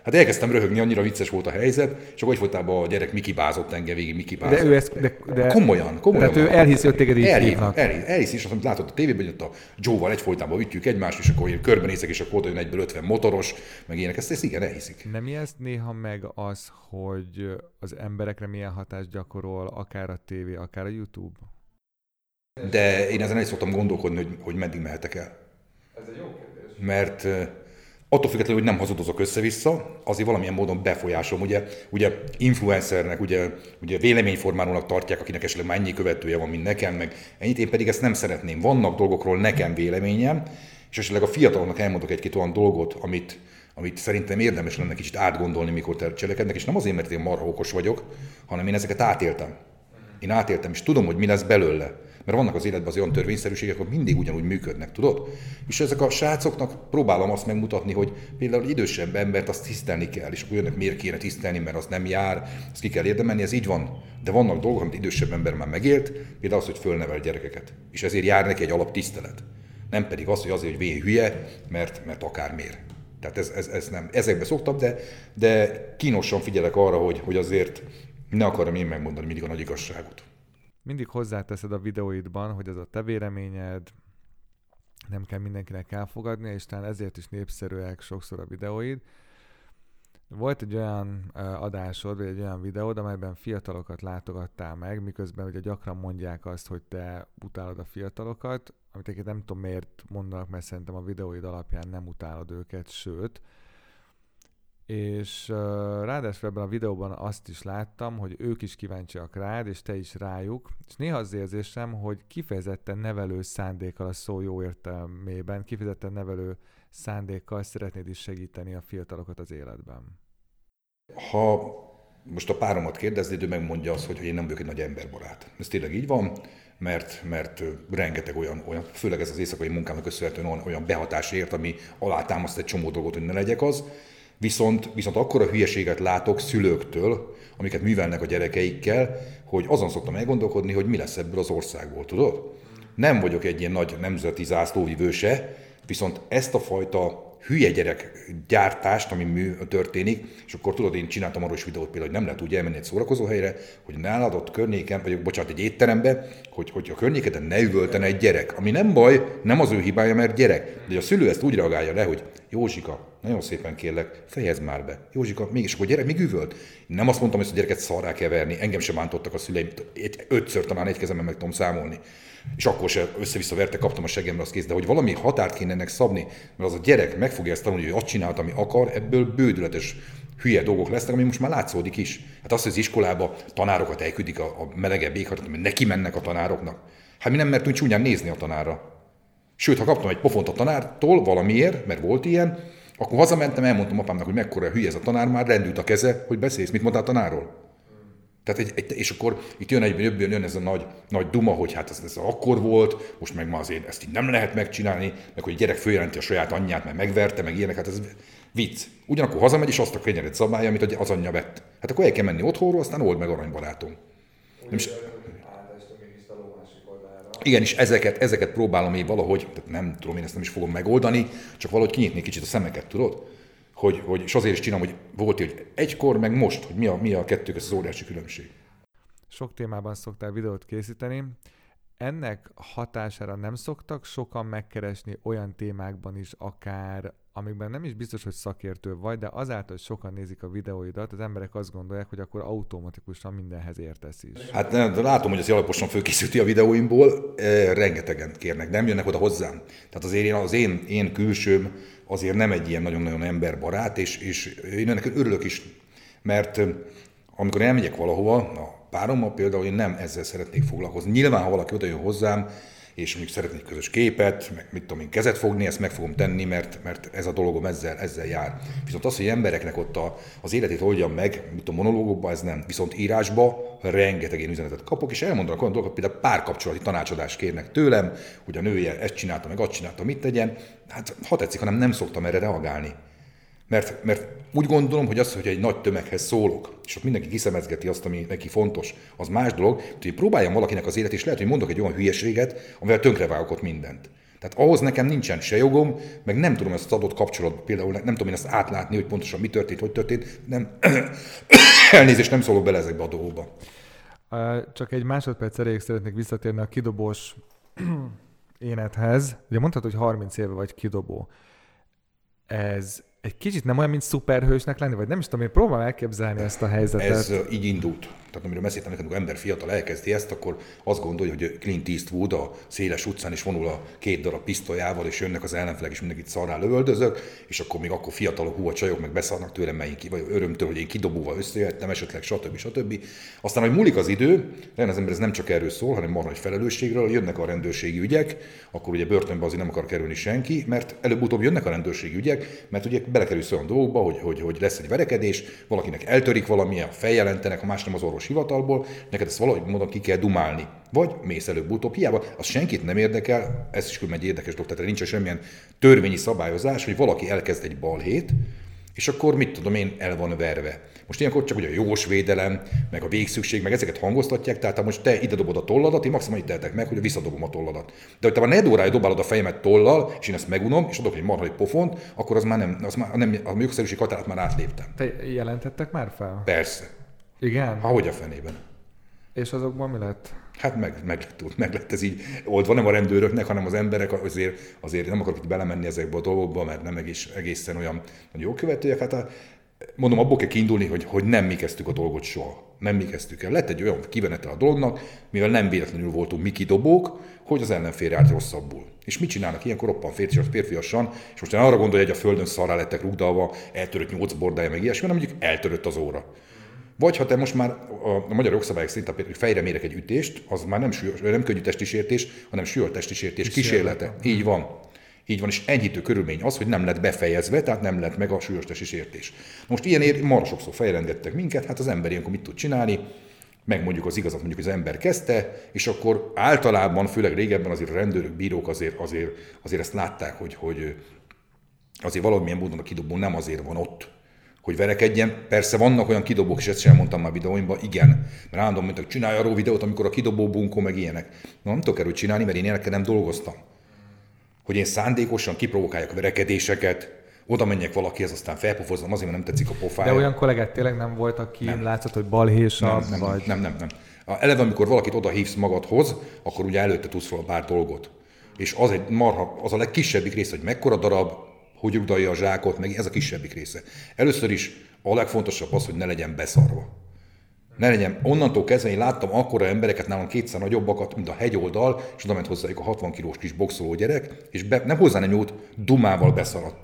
Hát elkezdtem röhögni, annyira vicces volt a helyzet, csak egyfolytában a gyerek mikibázott engem végig, mikibázott. De ő ezt, de, de... Komolyan, komolyan. Tehát ő elhiszi, hogy téged így elhisz, hívnak. Elhisz, elhisz, és azt, amit látott a tévében, hogy ott a Joe-val egyfolytában ütjük egymást, és akkor én körbenézek, és akkor oda jön egyből ötven motoros, meg ilyenek. Ezt, ezt igen, elhiszik. Nem ijeszt néha meg az, hogy az emberekre milyen hatást gyakorol, akár a tévé, akár a YouTube? De én ezen el is szoktam gondolkodni, hogy, hogy meddig mehetek el. Ez egy jó kérdés. Mert attól függetlenül, hogy nem hazudozok össze-vissza, azért valamilyen módon befolyásolom. Ugye, ugye influencernek, ugye, ugye véleményformálónak tartják, akinek esetleg már ennyi követője van, mint nekem, meg ennyit, én pedig ezt nem szeretném. Vannak dolgokról nekem véleményem, és esetleg a fiataloknak elmondok egy-két olyan dolgot, amit, amit szerintem érdemes lenne kicsit átgondolni, mikor cselekednek, és nem azért, mert én marha okos vagyok, hanem én ezeket átéltem. Én átéltem, és tudom, hogy mi lesz belőle. Mert vannak az életben az olyan törvényszerűségek, hogy mindig ugyanúgy működnek, tudod? És ezek a srácoknak próbálom azt megmutatni, hogy például idősebb embert azt tisztelni kell, és akkor jönnek, miért kéne tisztelni, mert az nem jár, azt ki kell érdemelni, ez így van. De vannak dolgok, amit idősebb ember már megélt, például az, hogy fölnevel gyerekeket. És ezért jár neki egy alaptisztelet. Nem pedig az, hogy azért, hogy vén hülye, mert, mert akármiért. Tehát ez, ez, ez nem. Ezekbe szoktam, de, de kínosan figyelek arra, hogy, hogy azért ne akarom én megmondani mindig a nagy igazságot. Mindig hozzáteszed a videóidban, hogy ez a te véleményed, nem kell mindenkinek elfogadni, és talán ezért is népszerűek sokszor a videóid. Volt egy olyan adásod, vagy egy olyan videód, amelyben fiatalokat látogattál meg, miközben ugye gyakran mondják azt, hogy te utálod a fiatalokat, amit egyébként nem tudom miért mondanak, mert szerintem a videóid alapján nem utálod őket, sőt. És uh, ráadásul ebben a videóban azt is láttam, hogy ők is kíváncsiak rád, és te is rájuk, és néha az érzésem, hogy kifejezetten nevelő szándékkal a szó jó értelmében, kifejezetten nevelő szándékkal szeretnéd is segíteni a fiatalokat az életben. Ha most a páromat kérdeznéd, ő megmondja azt, hogy én nem vagyok egy nagy emberbarát. Ez tényleg így van, mert, mert rengeteg olyan, olyan, főleg ez az éjszakai munkámnak köszönhetően olyan, olyan behatás ért, ami alátámaszt egy csomó dolgot, hogy ne legyek az. Viszont, viszont akkora hülyeséget látok szülőktől, amiket művelnek a gyerekeikkel, hogy azon szoktam elgondolkodni, hogy mi lesz ebből az országból, tudod? Nem vagyok egy ilyen nagy nemzeti zászlóvivő se, viszont ezt a fajta hülye gyerek gyártást, ami mű, történik, és akkor tudod, én csináltam arról is videót például, hogy nem lehet úgy elmenni egy szórakozóhelyre, hogy nálad ott környéken, vagy bocsánat, egy étterembe, hogy, hogy a környékeden ne üvöltene egy gyerek. Ami nem baj, nem az ő hibája, mert gyerek. De a szülő ezt úgy reagálja le, hogy Józsika, nagyon szépen kérlek, fejezd már be. Józsika, mégis akkor a gyerek még üvölt. Én nem azt mondtam, hogy ezt a gyereket szarrá keverni, engem sem bántottak a szüleim, egy, ötször talán egy kezemben meg tudom számolni. És akkor se össze-vissza verte, kaptam a segemre, az kész, de hogy valami határt kéne ennek szabni, mert az a gyerek meg fogja ezt tanulni, hogy azt csinált, ami akar, ebből bődületes hülye dolgok lesznek, ami most már látszódik is. Hát azt, hogy az iskolába tanárokat elküldik a, a melegebb éghajlatot, mert neki mennek a tanároknak. Hát mi nem mertünk csúnyán nézni a tanárra. Sőt, ha kaptam egy pofont a tanártól valamiért, mert volt ilyen, akkor hazamentem, elmondtam apámnak, hogy mekkora hülye ez a tanár, már rendült a keze, hogy beszélsz, mit mondtál a tanárról. Tehát egy, egy, és akkor itt jön egyben jön, jön ez a nagy, nagy duma, hogy hát ez, ez akkor volt, most meg ma azért ezt így nem lehet megcsinálni, meg hogy a gyerek följelenti a saját anyját, mert megverte, meg ilyenek, hát ez vicc. Ugyanakkor hazamegy, és azt a kenyeret szabálja, amit az anyja vett. Hát akkor el kell menni otthonról, aztán old meg aranybarátom. Is... Igen, és ezeket, ezeket próbálom én valahogy, tehát nem tudom, én ezt nem is fogom megoldani, csak valahogy kinyitni kicsit a szemeket, tudod? Hogy, hogy, és azért is csinálom, hogy volt, hogy egykor, meg most, hogy mi a, mi a kettő között az óriási különbség. Sok témában szoktál videót készíteni. Ennek hatására nem szoktak sokan megkeresni olyan témákban is, akár amikben nem is biztos, hogy szakértő vagy, de azáltal, hogy sokan nézik a videóidat, az emberek azt gondolják, hogy akkor automatikusan mindenhez értesz is. Hát nem, látom, hogy az alaposan fölkészülti a videóimból, e, rengetegen kérnek, nem jönnek oda hozzám. Tehát azért én, az én, én külsőm azért nem egy ilyen nagyon-nagyon emberbarát, és, és én ennek örülök is, mert amikor elmegyek valahova, a párommal például én nem ezzel szeretnék foglalkozni. Nyilván, ha valaki oda jön hozzám, és mondjuk szeretnék közös képet, meg mit tudom én, kezet fogni, ezt meg fogom tenni, mert, mert ez a dologom ezzel, ezzel jár. Viszont az, hogy embereknek ott a, az életét oldjam meg, mit a monológokban, ez nem. Viszont írásba rengeteg én üzenetet kapok, és elmondanak olyan dolgokat, például párkapcsolati tanácsadást kérnek tőlem, hogy a nője ezt csinálta, meg azt csinálta, mit tegyen. Hát ha tetszik, hanem nem szoktam erre reagálni. Mert, mert úgy gondolom, hogy az, hogy egy nagy tömeghez szólok, és ott mindenki kiszemezgeti azt, ami neki fontos, az más dolog, hogy próbáljam valakinek az élet, és lehet, hogy mondok egy olyan hülyeséget, amivel tönkrevágok ott mindent. Tehát ahhoz nekem nincsen se jogom, meg nem tudom ezt az adott kapcsolatban, például nem tudom én ezt átlátni, hogy pontosan mi történt, hogy történt, nem, elnézést, nem szólok bele ezekbe a dolgokba. Csak egy másodperc erejéig szeretnék visszatérni a kidobós énethez. Ugye mondtad, hogy harminc éve vagy kidobó. Ez egy kicsit nem olyan, mint szuperhősnek lenni, vagy nem is tudom, én próbálom elképzelni ezt a helyzetet. Ez így indult. Tehát amiről beszéltem neked, amikor ember fiatal elkezdi ezt, akkor azt gondolja, hogy Clint Eastwood a széles utcán is vonul a két darab pisztolyával, és jönnek az ellenfelek, és mindenkit szarrá lövöldözök, és akkor még akkor fiatalok, hú, a csajok meg beszarnak tőlem, mert én ki, vagy örömtől, hogy én kidobóval összejöttem, esetleg stb. stb. Aztán, hogy múlik az idő, de az ember ez nem csak erről szól, hanem marha egy felelősségről, jönnek a rendőrségi ügyek, akkor ugye börtönbe azért nem akar kerülni senki, mert előbb-utóbb jönnek a rendőrségi ügyek, mert ugye belekerülsz olyan dolgokba, hogy, hogy, hogy lesz egy verekedés, valakinek eltörik valamilyen, feljelentenek, a más nem az orvos hivatalból, neked ezt valahogy módon ki kell dumálni. Vagy mész előbb-utóbb, hiába, az senkit nem érdekel, ez is egy érdekes dolog, tehát nincs semmilyen törvényi szabályozás, hogy valaki elkezd egy balhét, és akkor mit tudom én, el van verve. Most ilyenkor csak ugye a jogos védelem, meg a végszükség, meg ezeket hangoztatják, tehát ha most te ide dobod a tolladat, én maximum itt tehetek meg, hogy visszadobom a tolladat. De hogy te már negyed órája dobálod a fejemet tollal, és én ezt megunom, és adok egy marha egy pofont, akkor az már nem, az már nem a jogszerűség határát már átléptem. Te jelentettek már fel? Persze. Igen? Ahogy a fenében. És azokban mi lett? Hát meg, meg, meg lett ez így oldva, nem a rendőröknek, hanem az emberek azért, azért nem akarok itt belemenni ezekbe a dolgokba, mert nem egész, egészen olyan jó követőek. Hát a, mondom, abból kell kiindulni, hogy, hogy nem mi kezdtük a dolgot soha. Nem mi kezdtük el. Lett egy olyan kivenete a dolognak, mivel nem véletlenül voltunk mi kidobók, hogy az ellenfél állt rosszabbul. És mit csinálnak ilyenkor roppan férfiasan, és most arra gondolja, hogy a földön szarrá lettek rugdalva, eltörött nyolc bordája, meg ilyesmi, hanem mondjuk eltörött az óra. Vagy ha te most már a magyar jogszabályok szerint például fejre mérek egy ütést, az már nem, súlyos, nem könnyű testi sértés, hanem súlyos testi sértés kísérlete. Így van. Így van, és enyhítő körülmény az, hogy nem lett befejezve, tehát nem lett meg a súlyos testi sértés. Most ilyenért marha sokszor fejrengettek minket, hát az ember ilyenkor mit tud csinálni, megmondjuk az igazat, mondjuk az ember kezdte, és akkor általában, főleg régebben azért a rendőrök, bírók azért, azért, azért ezt látták, hogy, hogy azért valamilyen módon a kidobó nem azért van ott, hogy verekedjen. Persze vannak olyan kidobók, és ezt sem mondtam már videóimban, igen. Mert állandóan mondtak, hogy csinálj arról videót, amikor a kidobó bunkó, meg ilyenek. Na, nem tudok erről csinálni, mert én ilyenekkel nem dolgoztam. Hogy én szándékosan kiprovokáljak a verekedéseket, oda menjek valakihez, aztán felpofozzam azért, mert nem tetszik a pofája. De olyan kollégát tényleg nem volt, aki nem látszott, hogy balhésabb, nem, nem, vagy... Nem, nem, nem. nem. Eleve, amikor valakit oda hívsz magadhoz, akkor ugye előtte tudsz fel pár dolgot. És az egy marha, az a legkisebbik része, hogy mekkora darab, hogy rugdalja a zsákot, meg ez a kisebbik része. Először is a legfontosabb az, hogy ne legyen beszarva. Ne legyen, onnantól kezdve én láttam akkora embereket, nálam kétszer nagyobbakat, mint a hegyoldal, és oda ment hozzájuk a hatvan kilós kis boxoló gyerek, és be, nem hozzá nem nyúlt, dumával beszaradta.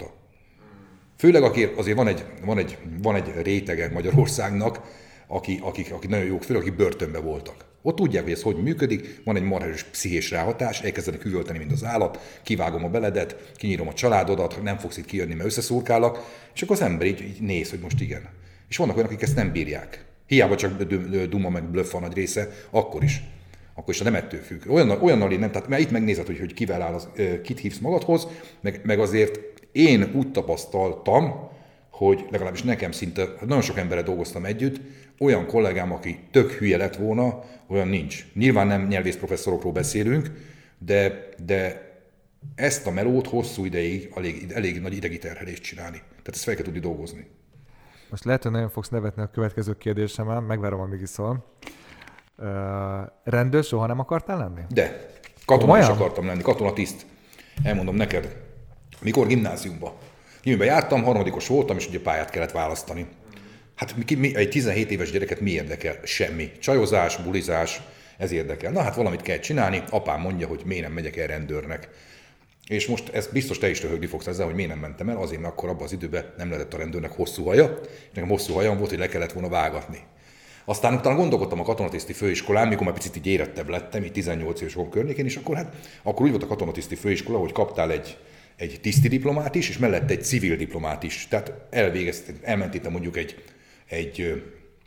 Főleg aki azért van egy, van egy, van egy rétege Magyarországnak, akik, akik, akik nagyon jók, főleg akik börtönben voltak. Ott tudják, hogy ez hogy működik, van egy marhás pszichés ráhatás, elkezdenek üvölteni, mint az állat, kivágom a beledet, kinyírom a családodat, nem fogsz itt kijönni, mert összeszurkálak, és akkor az ember így, így néz, hogy most igen. És vannak olyanok, akik ezt nem bírják. Hiába csak duma meg blöff a nagy része, akkor is. Akkor is nem ettől függ. Olyan, olyannal én nem, tehát mert itt megnézed, hogy, hogy kivel áll, az, kit hívsz magadhoz, meg, meg azért én úgy tapasztaltam, hogy legalábbis nekem szinte, nagyon sok emberrel dolgoztam együtt, olyan kollégám, aki tök hülye lett volna, olyan nincs. Nyilván nem nyelvészprofesszorokról beszélünk, de, de ezt a melót hosszú ideig elég, elég nagy idegi terhelést csinálni. Tehát ezt fel kell tudni dolgozni. Most lehet, hogy nagyon fogsz nevetni a következő kérdésemmel, megvárom, amíg iszol. Uh, rendőr soha nem akartál lenni? De. Katona is akartam lenni, katonatiszt. Elmondom neked, mikor gimnáziumban. Gimnáziumban jártam, harmadikos voltam, és ugye pályát kellett választani. Hát mi, egy tizenhét éves gyereket mi érdekel? Semmi. Csajozás, bulizás, ez érdekel. Na hát valamit kell csinálni, apám mondja, hogy miért nem megyek el rendőrnek. És most ezt biztos te is röhögni fogsz ezzel, hogy miért nem mentem el, azért, mert akkor abban az időben nem lehetett a rendőrnek hosszú haja, és nekem hosszú hajam volt, hogy le kellett volna vágatni. Aztán utána gondolkodtam a katonatiszti főiskolán, mikor már picit így érettebb lettem, így tizennyolc éves korom környékén, és akkor hát akkor úgy volt a katonatiszti főiskola, hogy kaptál egy, egy tiszti diplomát is, és mellette egy civil diplomát is. Tehát elvégeztem, elmentétem mondjuk egy, egy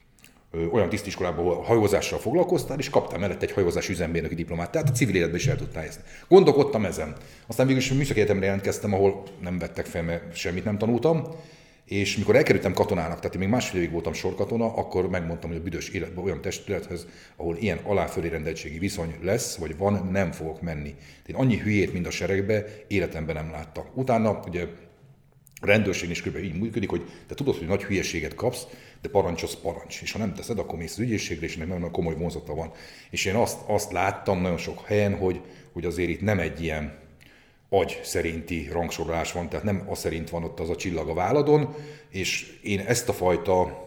ö, olyan tisztiskolában, ahol hajózással foglalkoztál, és kaptál mellett egy hajózás üzemmérnöki diplomát. Tehát a civil életben is el tudtál ezt. Gondolkodtam ezen. Aztán végül is műszaki egyetemre jelentkeztem, ahol nem vettek fel, mert semmit nem tanultam. És mikor elkerültem katonának, tehát én még másfél évig voltam sorkatona, akkor megmondtam, hogy a büdös életben olyan testülethez, ahol ilyen alá-fölé rendeltségi viszony lesz, vagy van, nem fogok menni. Én annyi hülyét, mint a seregbe, életemben nem láttam. Utána ugye a rendőrség is kb. Így működik, hogy te tudod, hogy nagy hülyeséget kapsz, de parancs az parancs. És ha nem teszed, akkor mész az ügyészségre, és ennek nagyon komoly vonzata van. És én azt, azt láttam nagyon sok helyen, hogy, hogy azért itt nem egy ilyen agy szerinti rangsorolás van, tehát nem az szerint van ott az a csillag a válladon, és én ezt a fajta,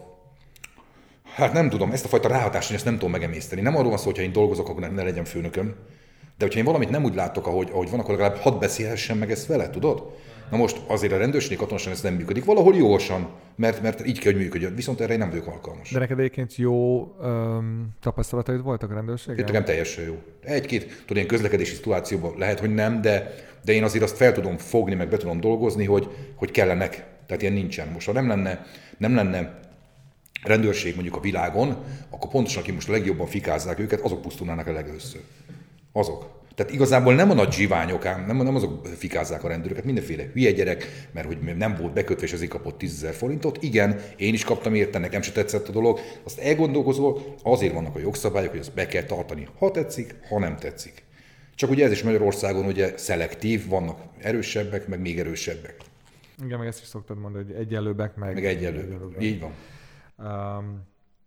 hát nem tudom, ezt a fajta ráhatást, ezt nem tudom megemészteni. Nem arról van szó, hogy ha én dolgozok, akkor ne legyen főnököm, de hogyha én valamit nem úgy látok, ahogy, ahogy van, akkor legalább hadd beszélhessen meg ezt vele, tudod? Na most azért a rendőrségi katonaság ez nem működik. Valahol jósan, mert, mert így kell, hogy működjön. Viszont erre én nem vagyok alkalmas. De neked egyébként jó um, tapasztalataid voltak a rendőrséggel? Nekem teljesen jó. Egy-két, tudod, ilyen közlekedési szituációban lehet, hogy nem, de, de én azért azt fel tudom fogni, meg be tudom dolgozni, hogy, hogy kellenek. Tehát ilyen nincsen. Most ha nem lenne, nem lenne rendőrség mondjuk a világon, akkor pontosan, akik most a legjobban fikázzák őket, azok pusztulnának a legelőször. Azok. Tehát igazából nem a nagy zsiványok, ám, nem, nem azok fikázzák a rendőröket, mindenféle hülye gyerek, mert hogy nem volt bekötve, és azért kapott tízezer forintot. Igen, én is kaptam érte, nekem se tetszett a dolog. Azt elgondolkozol, azért vannak a jogszabályok, hogy azt be kell tartani, ha tetszik, ha nem tetszik. Csak ugye ez is Magyarországon ugye szelektív, vannak erősebbek, meg még erősebbek. Igen, meg ezt is szoktad mondani, hogy egyenlőbbek, meg... Meg egyenlőbbek, így van. Um,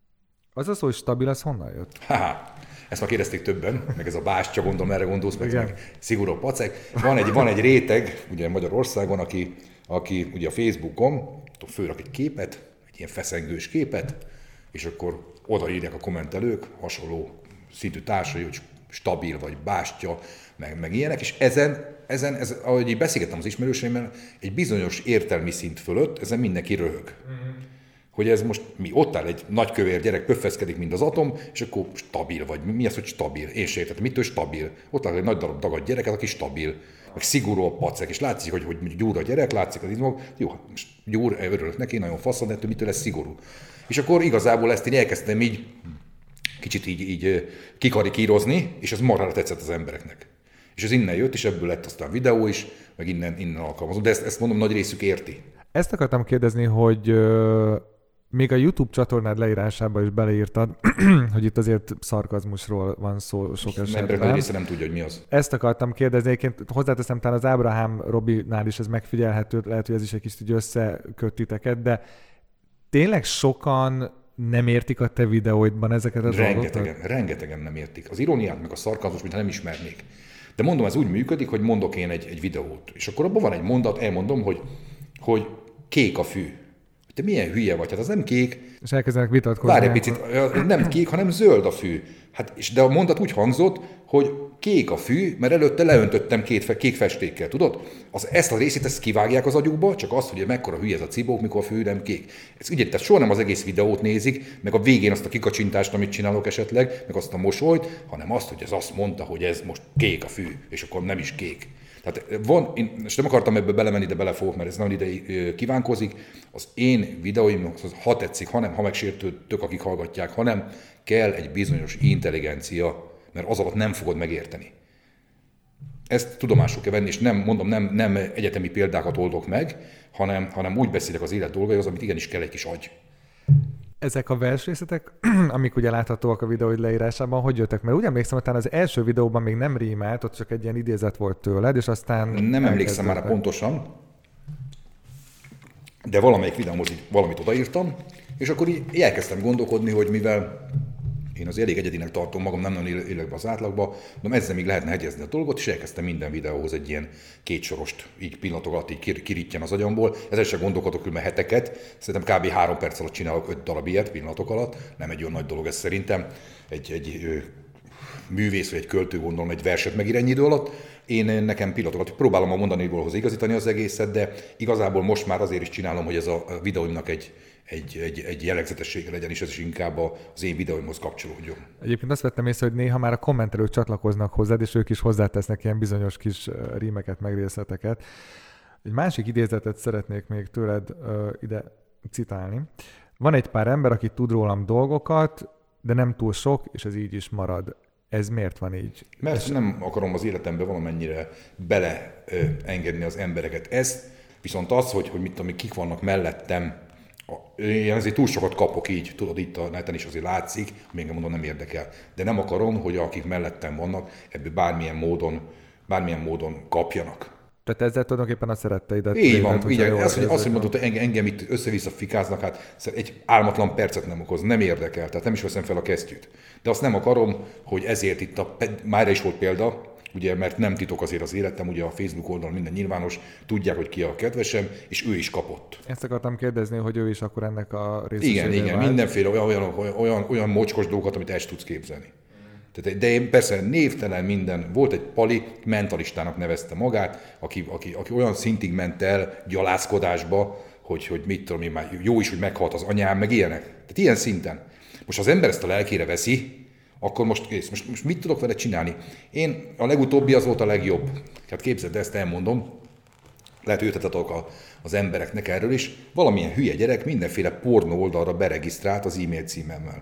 az az, hogy stabil, az honnan jött? Ha, ezt már kérdezték többen, meg ez a bástya, gondolom, erre gondolsz, meg, meg szigorú pacek. Van egy, van egy réteg, ugye Magyarországon, aki, aki ugye a Facebookon fölrak egy képet, egy ilyen feszengős képet, és akkor odaírják a kommentelők, hasonló szintű társai, hogy stabil vagy bástya, meg, meg ilyenek, és ezen, ezen ez, ahogy így beszélgettem az ismerőseimmel, egy bizonyos értelmi szint fölött, ezen mindenki röhög. Mm-hmm. Hogy ez most mi, ott áll egy nagykövér gyerek, pöffeszkedik, mint az atom, és akkor stabil vagy. Mi az, hogy stabil? Én sem értettem, mitől stabil? Ott áll egy nagy darab dagadt gyerek, aki stabil, meg szigorú a pacek, és látszik, hogy, hogy gyúr a gyerek, látszik az izmok, jó, most gyúr, örülök neki, nagyon faszon, de mitől lesz szigorú. És akkor igazából ezt én elkezdtem így, kicsit így, így kikarikírozni, és ez marhára tetszett az embereknek. És ez innen jött, és ebből lett aztán videó is, meg innen, innen alkalmazom. De ezt, ezt mondom, nagy részük érti. Ezt akartam kérdezni, hogy még a YouTube csatornád leírásában is beleírtad, hogy itt azért szarkazmusról van szó sok esetben. Emberek nagy része nem tudja, hogy mi az. Ezt akartam kérdezni, egyébként hozzáteszem, talán az Ábrahám Robinál is ez megfigyelhető, lehet, hogy ez is egy kicsit összeköt titeket, de tényleg sokan nem értik a te videóidban ezeket a dolgokat? Rengetegen, rengetegen nem értik. Az iróniát meg a szarkazmus, mintha nem ismernék. De mondom, ez úgy működik, hogy mondok én egy, egy videót, és akkor abban van egy mondat, elmondom, hogy, hogy kék a fű. Te milyen hülye vagy? Hát az nem kék. És elkezdenek vitatkozni. Várj egy picit, nem kék, hanem zöld a fű. Hát, és de a mondat úgy hangzott, hogy kék a fű, mert előtte leöntöttem két kék festékkel, tudod? Az, ezt a részét ezt kivágják az agyukba, csak azt, hogy mekkora hülye ez a cibók, mikor a fű nem kék. Ez ugye, tehát soha nem az egész videót nézik, meg a végén azt a kikacsintást, amit csinálok esetleg, meg azt a mosolyt, hanem azt, hogy ez azt mondta, hogy ez most kék a fű, és akkor nem is kék. Tehát van, én nem akartam ebbe belemenni, de bele fogok, mert ez nagyon ide kívánkozik. Az én videóim, ha tetszik, hanem ha megsértődtök, akik hallgatják, hanem kell egy bizonyos intelligencia, mert az alatt nem fogod megérteni. Ezt tudomásul kell venni, és nem, mondom, nem, nem egyetemi példákat oldok meg, hanem, hanem úgy beszélek az élet dolgaihoz, amit igenis kell egy kis agy. Ezek a versrészletek, amik ugye láthatóak a videóid leírásában, hogy jöttek? Mert úgy emlékszem, hogy talán az első videóban még nem rímelt, ott csak egy ilyen idézet volt tőled, és aztán... Nem emlékszem már pontosan, de valamelyik videómhoz így valamit odaírtam, és akkor így elkezdtem gondolkodni, hogy mivel én az elég egyedinek tartom magam, nem nagyon élek be az átlagba, de ezzel még lehetne hegyezni a dolgot, és elkezdtem minden videóhoz egy ilyen kétsorost, így pillanatok alatt így kirítjen az agyamból. Ezzel sem gondolkodok különben heteket, szerintem kb. három perc alatt csinálok öt darab ilyet pillanatok alatt, nem egy olyan nagy dolog ez szerintem. Egy, egy ö, művész vagy egy költő, gondolom, egy verset megír ennyi idő alatt. Én nekem pillanatokat próbálom a mondaniból igazítani az egészet, de igazából most már azért is csinálom, hogy ez a videóimnak egy Egy, egy, egy jellegzetessége legyen, és ez is inkább az én videóimhoz kapcsolódjon. Egyébként azt vettem észre, hogy néha már a kommentelők csatlakoznak hozzád, és ők is hozzátesznek ilyen bizonyos kis rímeket, meg részleteket. Egy másik idézetet szeretnék még tőled uh, ide citálni. Van egy pár ember, aki tud rólam dolgokat, de nem túl sok, és ez így is marad. Ez miért van így? Mert és nem akarom az életembe valamennyire beleengedni az embereket. Ez Viszont az, hogy, hogy mit tudom, kik vannak mellettem, én azért túl sokat kapok így, tudod, itt a neten is azért látszik, még mondom, nem érdekel. De nem akarom, hogy akik mellettem vannak, ebből bármilyen módon, bármilyen módon kapjanak. Tehát ezzel tulajdonképpen a szeretteidet... Így van, így, azt, hogy, azt, hogy mondod, hogy engem, engem itt össze-vissza fikáznak, hát egy álmatlan percet nem okoz, nem érdekel, tehát nem is veszem fel a kesztyűt. De azt nem akarom, hogy ezért itt a... Már is volt példa, ugye, mert nem titok azért az életem, ugye a Facebook oldalon minden nyilvános, tudják, hogy ki a kedvesem, és ő is kapott. Ezt akartam kérdezni, hogy ő is akkor ennek a részességével Igen, igen, vált. mindenféle olyan, olyan, olyan, olyan mocskos dolgokat, amit el tudsz képzelni. Tehát, de én persze névtelen minden, volt egy pali, mentalistának nevezte magát, aki, aki, aki olyan szintig ment el gyalászkodásba, hogy, hogy mit tudom én már, jó is, hogy meghalt az anyám, meg ilyenek. Tehát ilyen szinten. Most az ember ezt a lelkére veszi, akkor most kész. Most, most mit tudok vele csinálni? Én a legutóbbi az volt a legjobb. Hát képzeld, ezt elmondom. Lehet ötletet az embereknek erről is. Valamilyen hülye gyerek mindenféle pornó oldalra beregisztrált az e-mail címemmel.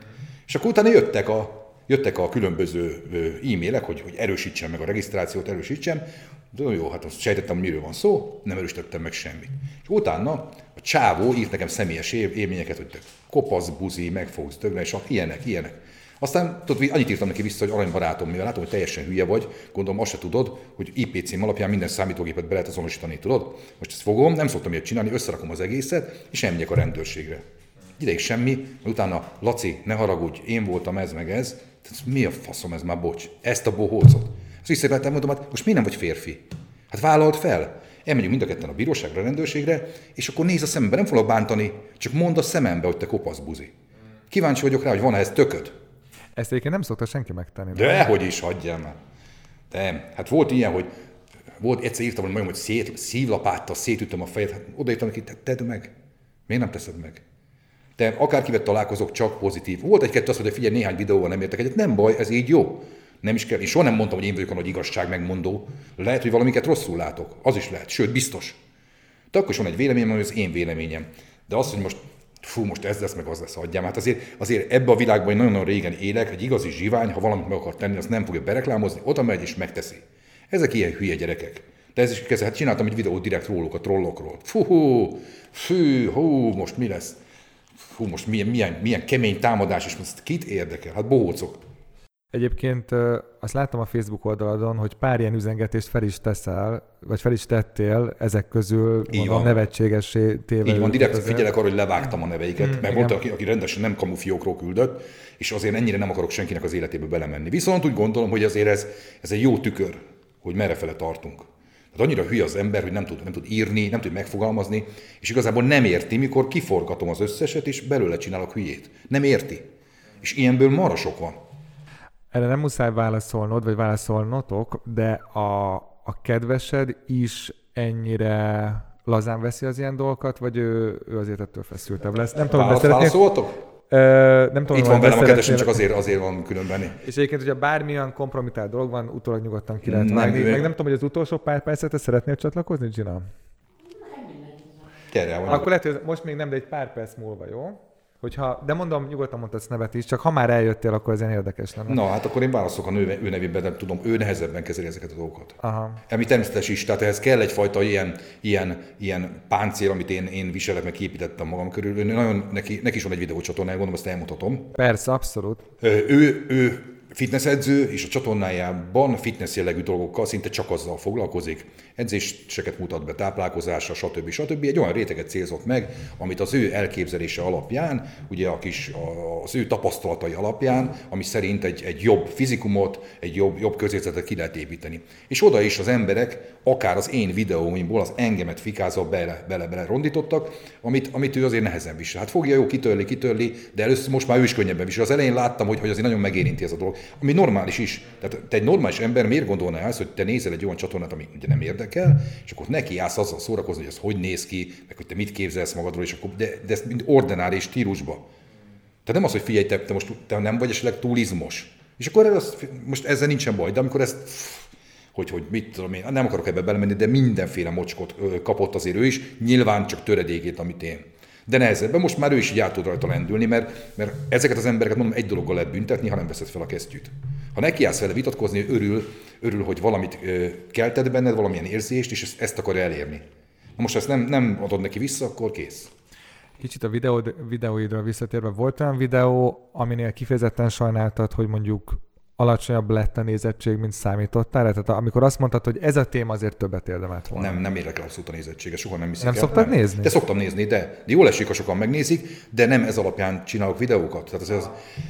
És akkor utána jöttek a Jöttek a különböző e-mailek, hogy, hogy erősítsem meg a regisztrációt, erősítsem. De jó, hát azt sejtettem, miről van szó, nem erősítettem meg semmit. És utána a csávó írt nekem személyes élményeket, hogy te kopasz, buzi, meg fogsz dögni, és ilyenek, ilyenek. Aztán tudod, annyit írtam neki vissza, hogy aranybarátom, mivel látom, hogy teljesen hülye vagy, gondolom azt se tudod, hogy i pé cím alapján minden számítógépet be lehet azonosítani, tudod? Most ezt fogom, nem szoktam ilyet csinálni, összerakom az egészet, és elmegyek a rendőrségre. Ideig semmi, utána Laci, ne haragudj, én voltam ez meg ez. Mi a faszom ez már, bocs? Ezt a bohócot. Azt visszavettem, mondom, hát most miért nem vagy férfi? Hát vállalt fel. Elmegyünk mind a ketten a bíróságra, a rendőrségre, és akkor nézz a szemembe, nem foglak bántani, csak mondd a szemembe, hogy te kopasz buzi. Kíváncsi vagyok rá, hogy van-e ez tököd. Ezt egyébként nem szokta senki megtenni. Dehogy is, hagyjál már. De, hát volt ilyen, hogy volt, egyszer írtam, hogy mondjam, hogy szét, szívlapáttal szétütöm a fejet, hát odaírtam neki, tedd meg. Miért nem teszed meg? De akárkivel találkozok, csak pozitív. Volt egy-kettő azt, hogy figyelj, néhány videóval nem értek egyet, nem baj, ez így jó. Nem is kell. Én soha nem mondtam, hogy én vagyok a nagy igazság megmondó. Lehet, hogy valamiket rosszul látok. Az is lehet, sőt, biztos. De akkor is van egy véleményem, hogy az én véleményem. De az, hogy most, fú, most ez lesz, meg az lesz, adjám. Hát azért, azért ebbe a világban én nagyon-nagyon régen élek, egy igazi zsivány, ha valamit meg akar tenni, azt nem fogja bereklámozni, oda megy és megteszi. Ezek ilyen hülye gyerekek. De ez is kezdve, hát csináltam egy videót direkt róluk, a trollokról. Fú, fú, hú, most mi lesz? Fú, most milyen, milyen, milyen kemény támadás, és most kit érdekel? Hát bohócok. Egyébként azt láttam a Facebook oldaladon, hogy pár ilyen üzengetést fel is teszel, vagy fel is tettél ezek közül, mondom, nevetségessé téve. Így van, direkt figyelek arra, hogy levágtam a neveiket, mm, mert volt, aki, aki rendesen nem kamufiókról küldött, és azért ennyire nem akarok senkinek az életébe belemenni. Viszont úgy gondolom, hogy azért ez, ez egy jó tükör, hogy merrefele tartunk. Tehát annyira hülye az ember, hogy nem tud, nem tud írni, nem tud megfogalmazni, és igazából nem érti, mikor kiforgatom az összeset, és belőle csinálok hülyét. Nem érti. És ilyenből marha sok van. Erre nem muszáj válaszolnod, vagy válaszolnotok, de a, a kedvesed is ennyire lazán veszi az ilyen dolgokat, vagy ő, ő azért ettől feszültebb lesz? Nem tudom, Válasz, válaszoltok? Uh, nem tudom, itt van velem a kedvesem, csak azért, azért van különben. És egyébként, hogyha bármilyen kompromittált dolog van, utólag nyugodtan ki lehet vágni. Meg nem tudom, hogy az utolsó pár percet te szeretnél csatlakozni, Gina? Gyere, akkor lehet, hogy most még nem, de egy pár perc múlva, jó? Hogyha, de mondom, nyugodtan mondhatsz nevet is, csak ha már eljöttél, akkor ez ilyen érdekes lenne. Na, hát akkor én válaszolok a nő, ő nevében, de tudom, ő nehezebben kezeli ezeket a dolgokat. Aha. Ami természetes is, tehát ehhez kell egyfajta ilyen, ilyen, ilyen páncél, amit én, én viselek, meg képítettem magam körül. Ő nagyon, neki, neki is van egy videócsatornája, gondolom, azt elmutatom. Persze, abszolút. Ő, ő fitnessedző, és a csatornájában fitness jellegű dolgokkal szinte csak azzal foglalkozik. Edzéseket mutat be, táplálkozásra, stb. stb. Egy olyan réteget célzott meg, amit az ő elképzelése alapján, ugye a kis, az ő tapasztalatai alapján, ami szerint egy, egy jobb fizikumot, egy jobb, jobb közérzetet ki lehet építeni. És oda is az emberek, akár az én videóimból az engemet fikázva bele, bele, bele rondítottak, amit, amit ő azért nehezen visel. Hát fogja, jó, kitörli, kitörli, de először most már ő is könnyebben visel. Az elején láttam, hogy, hogy azért nagyon megérinti ez a dolog, ami normális is. Tehát te egy normális ember miért gondolná ezt, hogy te nézel egy olyan csatornát, ami ugye nem érdekel, és akkor neki állsz azzal szórakozni, hogy ez hogy néz ki, meg hogy te mit képzelsz magadról, és akkor, de, de ezt mind ordináris stílusba. Tehát nem az, hogy figyelj, te, te most te nem vagy esetleg túl izmos. És akkor ez, most ezzel nincsen baj, de amikor ezt, hogy, hogy mit tudom én, nem akarok ebbe belemenni, de mindenféle mocskot kapott azért ő is, nyilván csak töredékét, amit én. De nehezebben, most már ő is így át tud rajta lendülni, mert, mert ezeket az embereket mondom, egy dologgal lehet büntetni, ha nem veszed fel a kesztyűt. Ha nekiállsz vele vitatkozni, örül, örül, hogy valamit ö, kelted benned, valamilyen érzést, és ezt, ezt akarja elérni. Ha most ezt nem, nem adod neki vissza, akkor kész. Kicsit a videó, videóidra visszatérve, volt olyan videó, aminél kifejezetten sajnáltad, hogy mondjuk alacsonyabb lett a nézettség, mint számítottál? Tehát amikor azt mondtad, hogy ez a téma azért többet érdemelt volna. Nem, nem érdekel abszolút a nézettsége, soha nem hiszik Nem el. szoktad nem. nézni? De szoktam nézni, de, de jól esik, ha sokan megnézik, de nem ez alapján csinálok videókat. Tehát az, az,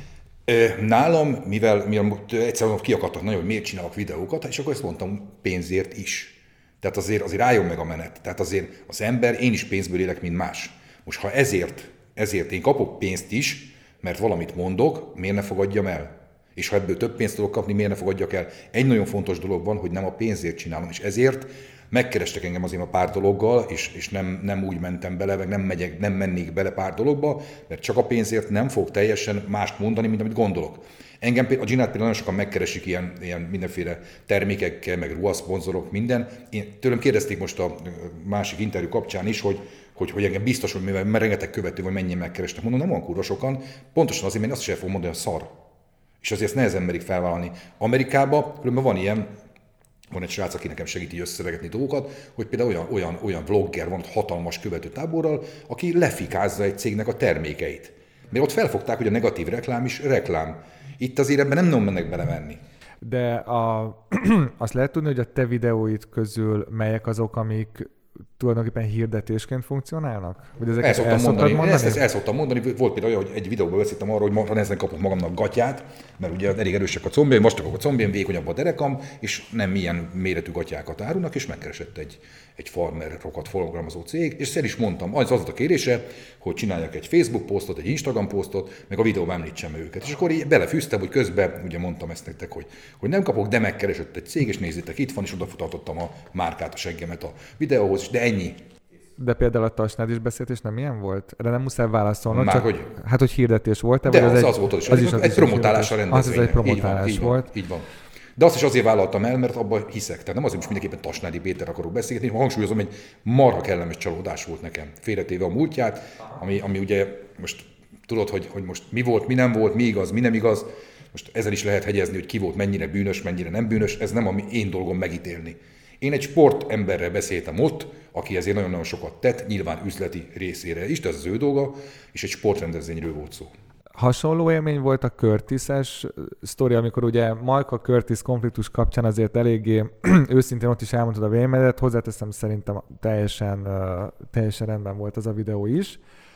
nálam, mivel, mivel egyszerűen kiakadtak nagyon, hogy miért csinálok videókat, és akkor ezt mondtam pénzért is. Tehát azért, azért álljon meg a menet. Tehát azért az ember, én is pénzből élek, mint más. Most ha ezért, ezért én kapok pénzt is, mert valamit mondok, miért ne fogadjam el? És ha ebből több pénzt tudok kapni, miért ne fogadjak el? Egy nagyon fontos dolog van, hogy nem a pénzért csinálom, és ezért megkerestek engem azért a pár dologgal, és, és nem, nem úgy mentem bele, meg nem, megyek, nem mennék bele pár dologba, mert csak a pénzért nem fog teljesen mást mondani, mint amit gondolok. Engem a Ginát például nagyon sokan megkeresik ilyen, ilyen mindenféle termékekkel, meg ruhaszponzorok, minden. Én, tőlem kérdezték most a másik interjú kapcsán is, hogy, hogy, hogy engem biztos, hogy mivel rengeteg követő, vagy mennyien megkeresnek. Mondom, nem olyan kurva sokan, pontosan azért, mert azt sem fogom mondani, hogy szar. És azért ezt nehezen merik felvállalni. Amerikában különben van ilyen, van egy srác, aki nekem segíti összevegetni dolgokat, hogy például olyan, olyan, olyan vlogger van hatalmas követőtáborral, aki lefikázza egy cégnek a termékeit. Mert ott felfogták, hogy a negatív reklám is reklám. Itt azért ebben nem nagyon mennek belemenni. De a, azt lehet tudni, hogy a te videóid közül melyek azok, amik tulajdonképpen hirdetésként funkcionálnak? Vagy ezeket el szoktam el mondani, mondani? Ezt, ezt el szoktam mondani. Volt például olyan, hogy egy videóban beszéltem arról, hogy ma nehezen kapok magamnak gatyát, mert ugye elég erősek a combjaim, vastagok a combjaim, vékonyabb a derekam, és nem ilyen méretű gatyákat árulnak, és megkeresett egy, egy farmer rokat programozó cég, és el is mondtam, az az a kérése, hogy csináljak egy Facebook posztot, egy Instagram posztot, meg a videóban említsem őket. És akkor így belefűztem, hogy közben, ugye mondtam ezt nektek, hogy, hogy nem kapok, de megkeresett egy cég, és nézzétek, itt van, és odafutatottam a márkát, a seggemet a videóhoz, de ennyi. De például a Tasnád is beszélt, és nem ilyen volt? Erre nem muszáj válaszolnod, Már csak hogy? Hát, hogy hirdetés volt-e? De vagy az, az, egy, az volt az is. Az az is az egy is promotálás a rendezvénynek. Az is egy promotálás így van, volt. Így van, így van. De azt is azért vállaltam el, mert abban hiszek. Tehát nem azért most mindenképpen Tasnádi Péter akarok beszélni, hanem hangsúlyozom, hogy marha kellemes csalódás volt nekem. Félretéve a múltját, ami, ami ugye most tudod, hogy, hogy most mi volt, mi nem volt, mi igaz, mi nem igaz. Most ezzel is lehet hegyezni, hogy ki volt mennyire bűnös, mennyire nem bűnös. Ez nem a én dolgom megítélni. Én egy sportemberrel beszéltem ott, aki ezért nagyon-nagyon sokat tett, nyilván üzleti részére is, de ez az ő dolga, és egy sportrendezvényről volt szó. Hasonló élmény volt a Curtis-es sztori, amikor ugye Majka Curtis konfliktus kapcsán azért eléggé őszintén ott is elmondtad a véleményedet, hozzáteszem, szerintem teljesen, teljesen rendben volt az a videó is.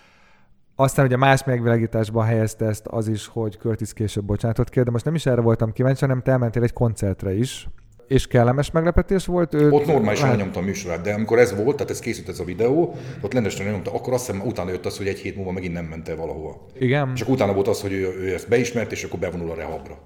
Aztán ugye más megvilágításban helyezte ezt az is, hogy Curtis később bocsánatot kér, de most nem is erre voltam kíváncsi, hanem te elmentél egy koncertre is. És kellemes meglepetés volt? Őt, ott normálisan lát... lenyomtam a műsorát, de amikor ez volt, tehát ez készült ez a videó, ott lendesen lenyomta, akkor azt hiszem utána jött az, hogy egy hét múlva megint nem ment el valahova. Igen. És akkor utána volt az, hogy ő, ő ezt beismert, és akkor bevonul a rehabra.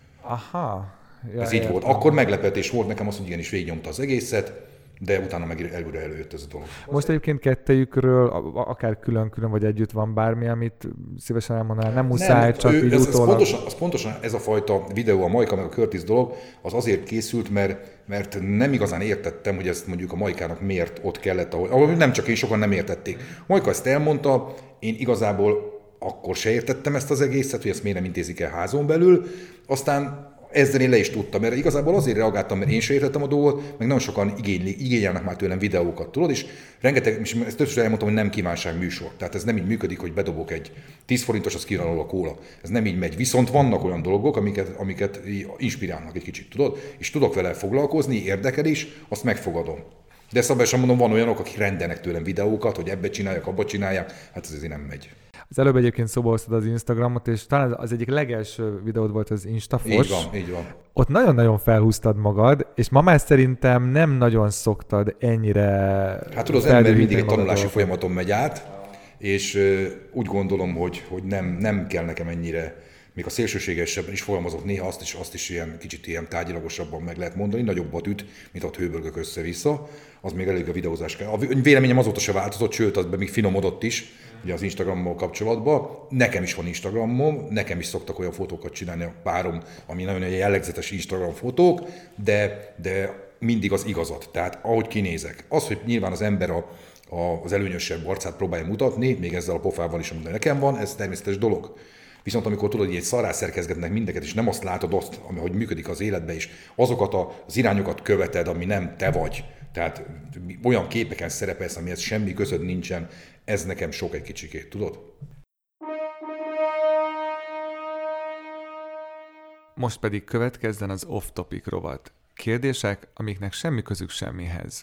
Aha. Ja, ez így értem. Volt. Akkor meglepetés volt nekem az, hogy igenis végignyomta az egészet, de utána meg előre előjött ez a dolog. Most egyébként kettejükről, akár külön-külön vagy együtt van bármi, amit szívesen elmondanál, nem muszáj, nem, csak ő, így ez, utólag. Ez pontosan, az pontosan ez a fajta videó, a Majka meg a Curtis dolog, az azért készült, mert, mert nem igazán értettem, hogy ezt mondjuk a Majkának miért ott kellett, ahol, ahol nem csak én, sokan nem értették. Majka ezt elmondta, én igazából akkor se értettem ezt az egészet, hogy ezt miért nem intézik el házon belül, aztán ezzel én le is tudtam, mert igazából azért reagáltam, mert én sem értettem a dolgot, meg nagyon sokan igényli, igényelnek már tőlem videókat, tudod, és rengeteg, és ezt többször elmondtam, hogy nem kívánság műsor. Tehát ez nem így működik, hogy bedobok egy tíz forintos, az kiranul a kóla. Ez nem így megy. Viszont vannak olyan dolgok, amiket, amiket inspirálnak egy kicsit, tudod, és tudok vele foglalkozni, érdekel is, azt megfogadom. De szabályosan mondom, van olyanok, akik rendelnek tőlem videókat, hogy ebbe csinálják, abba csinálják, hát ez azért nem megy. Az előbb egyébként szóba hoztad az Instagramot, és talán az egyik legelső videód volt az Instafos. Így van, így van. Ott nagyon-nagyon felhúztad magad, és ma már szerintem nem nagyon szoktad ennyire... Hát tudod, az ember mindig egy tanulási folyamaton megy át, és uh, úgy gondolom, hogy, hogy nem, nem kell nekem ennyire, még a szélsőségesebben is fogalmazott néha, azt is, azt is ilyen, kicsit ilyen tárgyilagosabban meg lehet mondani, nagyobbat üt, mint ott hőbörgök össze-vissza, az még elég a videózás kell. A véleményem azóta se változott, sőt, az még finomodott is, ugye az Instagrammal kapcsolatban. Nekem is van Instagramom, nekem is szoktak olyan fotókat csinálni a párom, ami nagyon jellegzetes Instagram fotók, de, de mindig az igazat, tehát ahogy kinézek. Az, hogy nyilván az ember a, a, az előnyösebb arcát próbálja mutatni, még ezzel a pofával is, amit nekem van, ez természetes dolog. Viszont amikor tudod, hogy egy szarrá szerkezgetnek mindeket, és nem azt látod, azt, hogy működik az életben is, azokat az irányokat követed, ami nem te vagy, Tehát olyan képeken szerepelsz, amihez semmi közöd nincsen, ez nekem sok egy kicsikét, tudod? Most pedig következzen az off-topic rovat. Kérdések, amiknek semmi közük semmihez.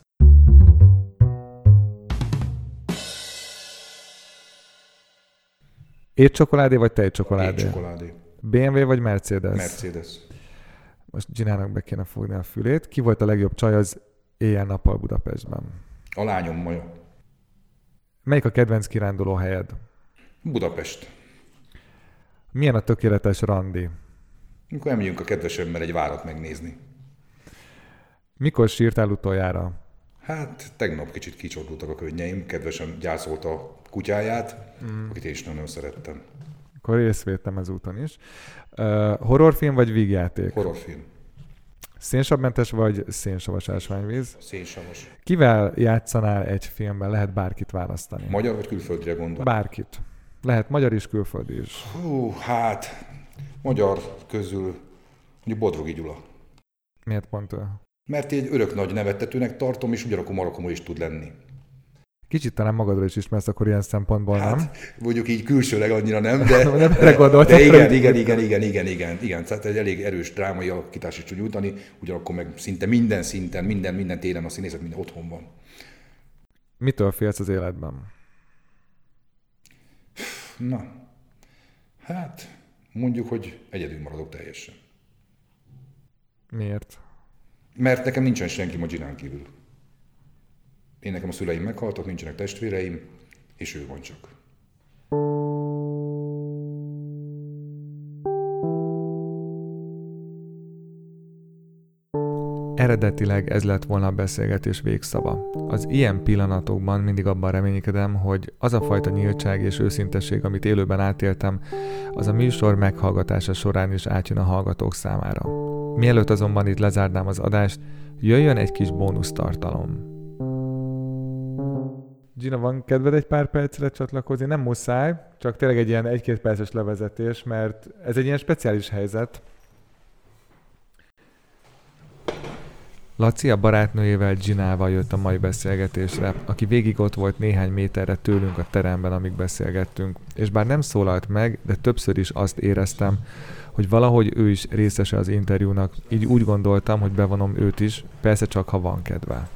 Étcsokoládé vagy tejcsokoládé? Étcsokoládé. bé em vé vagy Mercedes? Mercedes. Most Ginának be kéne fogni a fülét. Ki volt a legjobb csaj az éjjel-nappal Budapestben? A lányom Maja. Melyik a kedvenc kiránduló helyed? Budapest. Milyen a tökéletes randi? Amikor elmegyünk a kedvesemmel egy várat megnézni. Mikor sírtál utoljára? Hát tegnap kicsit kicsordultak a könnyeim. Kedvesem gyászolta a kutyáját, mm. akit én is nagyon szerettem. Akkor részt vettem ezúton is. Uh, horrorfilm vagy vígjáték? Horrorfilm. Szénsavmentes vagy szénsavas ásványvíz? Szénsavas. Kivel játszanál egy filmben? Lehet bárkit választani. Magyar vagy külföldre gondol? Bárkit. Lehet magyar is, külföldi is. Hú, hát magyar közül mondjuk Bodrogi Gyula. Miért pont ő? Mert egy örök nagy nevettetőnek tartom, és ugyanakkor marakomó is tud lenni. Kicsit talán magadról is ismersz akkor ilyen szempontból, hát, nem? Mondjuk így külsőleg annyira nem, de, nem de, de igen, igen, igen, igen, igen, igen, igen. Tehát egy elég erős drámai alakítás is tud nyújtani, ugyanakkor meg szinte minden szinten, minden, minden téren a színészet minden otthon van. Mitől félsz az életben? Na, hát mondjuk, hogy egyedül maradok teljesen. Miért? Mert nekem nincsen senki ma Ginán kívül. Én nekem a szüleim meghaltak, nincsenek testvéreim, és ő van csak. Eredetileg ez lett volna a beszélgetés végszava. Az ilyen pillanatokban mindig abban reménykedem, hogy az a fajta nyíltság és őszintesség, amit élőben átéltem, az a műsor meghallgatása során is átjön a hallgatók számára. Mielőtt azonban itt lezárnám az adást, jöjjön egy kis bónusz tartalom. Gina, van kedved egy pár percre csatlakozni? Nem muszáj, csak tényleg egy ilyen egy-két perces levezetés, mert ez egy ilyen speciális helyzet. Laci a barátnőjével, Ginával jött a mai beszélgetésre, aki végig ott volt néhány méterre tőlünk a teremben, amíg beszélgettünk. És bár nem szólalt meg, de többször is azt éreztem, hogy valahogy ő is részese az interjúnak, így úgy gondoltam, hogy bevonom őt is, persze csak ha van kedve.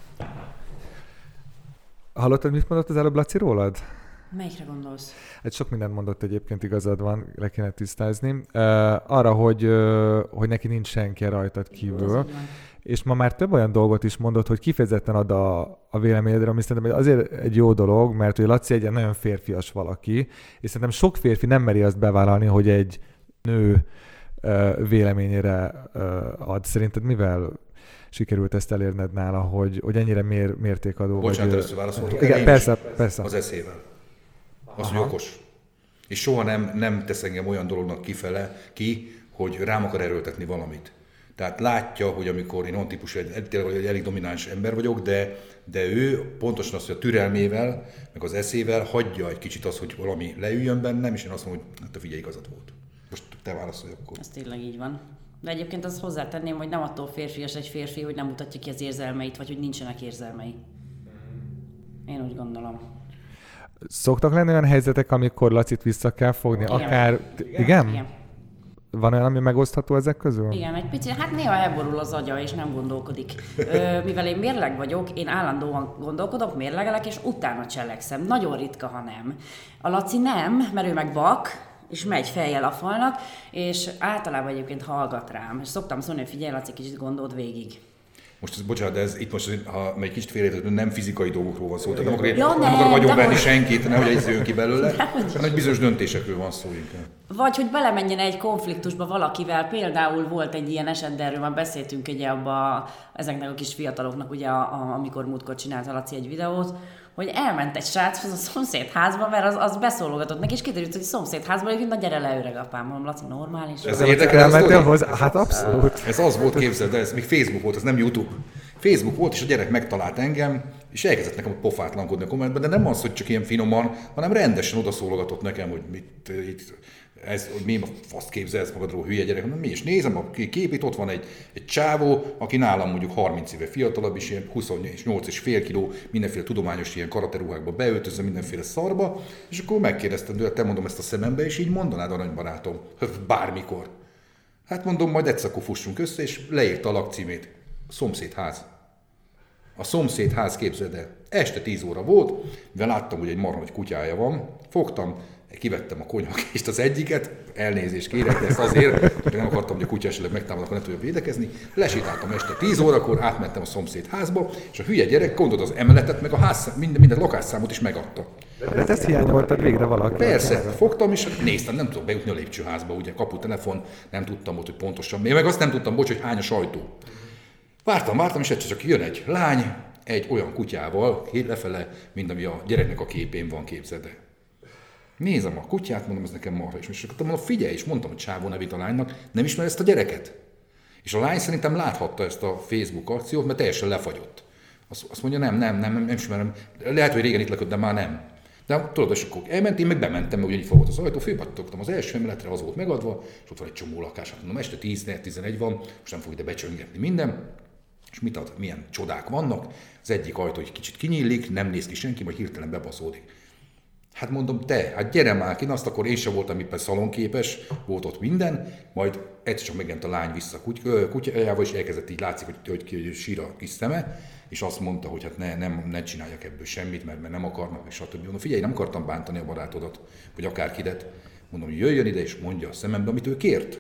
Hallottad, mit mondott az előbb Laci rólad? Melyikre gondolsz? Hát sok mindent mondott, egyébként igazad van, le kéne tisztázni. Uh, arra, hogy, uh, hogy neki nincs senki rajtad kívül. És ma már több olyan dolgot is mondott, hogy kifejezetten ad a, a véleményedre, ami szerintem azért egy jó dolog, mert hogy Laci egy nagyon férfias valaki, és szerintem sok férfi nem meri azt bevállalni, hogy egy nő uh, véleményére uh, ad. Szerinted mivel sikerült ezt elérned nála, hogy, hogy ennyire mér, mértékadó? Bocsánat, először válaszoltok. Igen, persze, persze. Az eszével. Az, hogy okos. És soha nem, nem tesz engem olyan dolognak kifele, ki, hogy rám akar erőltetni valamit. Tehát látja, hogy amikor én olyan típusú, egy, egy elég domináns ember vagyok, de, de ő pontosan azt, hogy a türelmével, meg az eszével hagyja egy kicsit azt, hogy valami leüljön bennem, és én azt mondom, hogy hát a figyelj, igazad volt. Most te válaszolj akkor. Ez tényleg így van. De egyébként azt hozzátenném, hogy nem attól férfias egy férfi, hogy nem mutatja ki az érzelmeit, vagy hogy nincsenek érzelmei. Én úgy gondolom. Szoktak lenni olyan helyzetek, amikor Lacit vissza kell fogni? Igen. Akár... Igen? Igen. Van olyan, ami megosztható ezek közül? Igen, egy picit, hát néha elborul az agya, és nem gondolkodik. Ö, mivel én mérleg vagyok, én állandóan gondolkodok, mérlegelek, és utána cselekszem. Nagyon ritka, ha nem. A Laci nem, mert ő meg vak, és megy fejjel a falnak, és általában egyébként hallgat rám. És szoktam szólni, hogy figyelj, Laci, kicsit gondold végig. Most ez, bocsánat, de ez itt most, ha egy kicsit félreérthető, nem fizikai dolgokról van szó, tehát nem, akar, ja, nem, nem akarok agyonverni hogy... senkit, nehogy ez jön ki belőle, hanem egy bizonyos döntésekről van szó inkább. Vagy hogy belemenjen egy konfliktusba valakivel, például volt egy ilyen eset, de erről már beszéltünk ugye abba, ezeknek a kis fiataloknak, ugye, a, a, amikor múltkor csinált a Laci egy videót, hogy elment egy sráchoz a szomszédházba, mert az, az beszólogatott neki, és kiderült, hogy a szomszédházban, hogy na gyere le, öreg apám, mondom, Laci, normális. Ez érdekel hozzá? Hát abszolút. Ez az volt, képzeld, de ez még Facebook volt, ez nem YouTube. Facebook. Facebook volt, és a gyerek megtalált engem, és elkezdett nekem pofátlankodni a kommentben, de nem az, hogy csak ilyen finoman, hanem rendesen odaszólogatott nekem, hogy mit itt, ez, hogy mi a faszt képzelsz magadról, hülye gyerek, mondom, mi is nézem a képét, ott van egy, egy csávó, aki nálam mondjuk harminc éve fiatalabb, és ilyen huszonnyolc és fél kiló mindenféle tudományos ilyen karateruhákba beöltözve mindenféle szarba, és akkor megkérdeztem tőle, te mondom ezt a szemembe, és így mondanád, aranybarátom, bármikor. Hát mondom, majd egyszer akkor fussunk össze, és leírta a lakcímét. A szomszédház. A szomszédház, képzeld el. Este tíz óra volt, mivel láttam, hogy egy marha nagy kutyája van, fogtam, kivettem a konyhakést az egyiket, elnézést kérek, de ezt azért, hogy nem akartam, hogy a kutya esetleg megtámad, akkor ne tudja védekezni. Lesétáltam este tíz órakor, átmentem a szomszéd házba, és a hülye gyerek gondolt az emeletet, meg a ház, minden, minden lakásszámot is megadta. De ezt hiányoltad végre valaki. Persze, fogtam, és néztem, nem tudok bejutni a lépcsőházba, ugye kaputelefon, nem tudtam ott, hogy pontosan. Én meg azt nem tudtam, bocs, hogy hány a sajtó. Vártam, vártam, és egyszer csak jön egy lány, egy olyan kutyával, lefele, mint ami a gyereknek a képén van, képzeld el. Nézem a kutyát, mondom, ez nekem marha is. És akkor mondom, figyelj, és mondtam a csávó nevét a lánynak, nem ismer ezt a gyereket? És a lány szerintem láthatta ezt a Facebook akciót, mert teljesen lefagyott. Azt, azt mondja, nem, nem, nem, nem ismerem. Lehet, hogy régen itt lakott, de már nem. De tudod, és akkor elment, én meg bementem, mert ugyanígy volt az ajtó, fölpattogtam az első emeletre, az volt megadva, és ott van egy csomó lakás. Hát mondom, este tíz tizenegy van, most nem fog ide becsöngetni minden. És mit ad, milyen csodák vannak. Az egyik ajtó egy kicsit kinyílik, nem néz ki senki, majd hirtelen bebaszódik. Hát mondom, te, hát gyere már ki, azt akkor én sem voltam éppen szalonképes, volt ott minden, majd egyszer csak megjelent a lány vissza kutyájával, és elkezdett így látszik, hogy, hogy, hogy sír a kis szeme, és azt mondta, hogy hát ne, nem, ne csináljak ebből semmit, mert, mert nem akarnak, és stb. Mondom, figyelj, nem akartam bántani a barátodat, vagy akárkidet. Mondom, jöjjön ide, és mondja a szemembe, amit ő kért.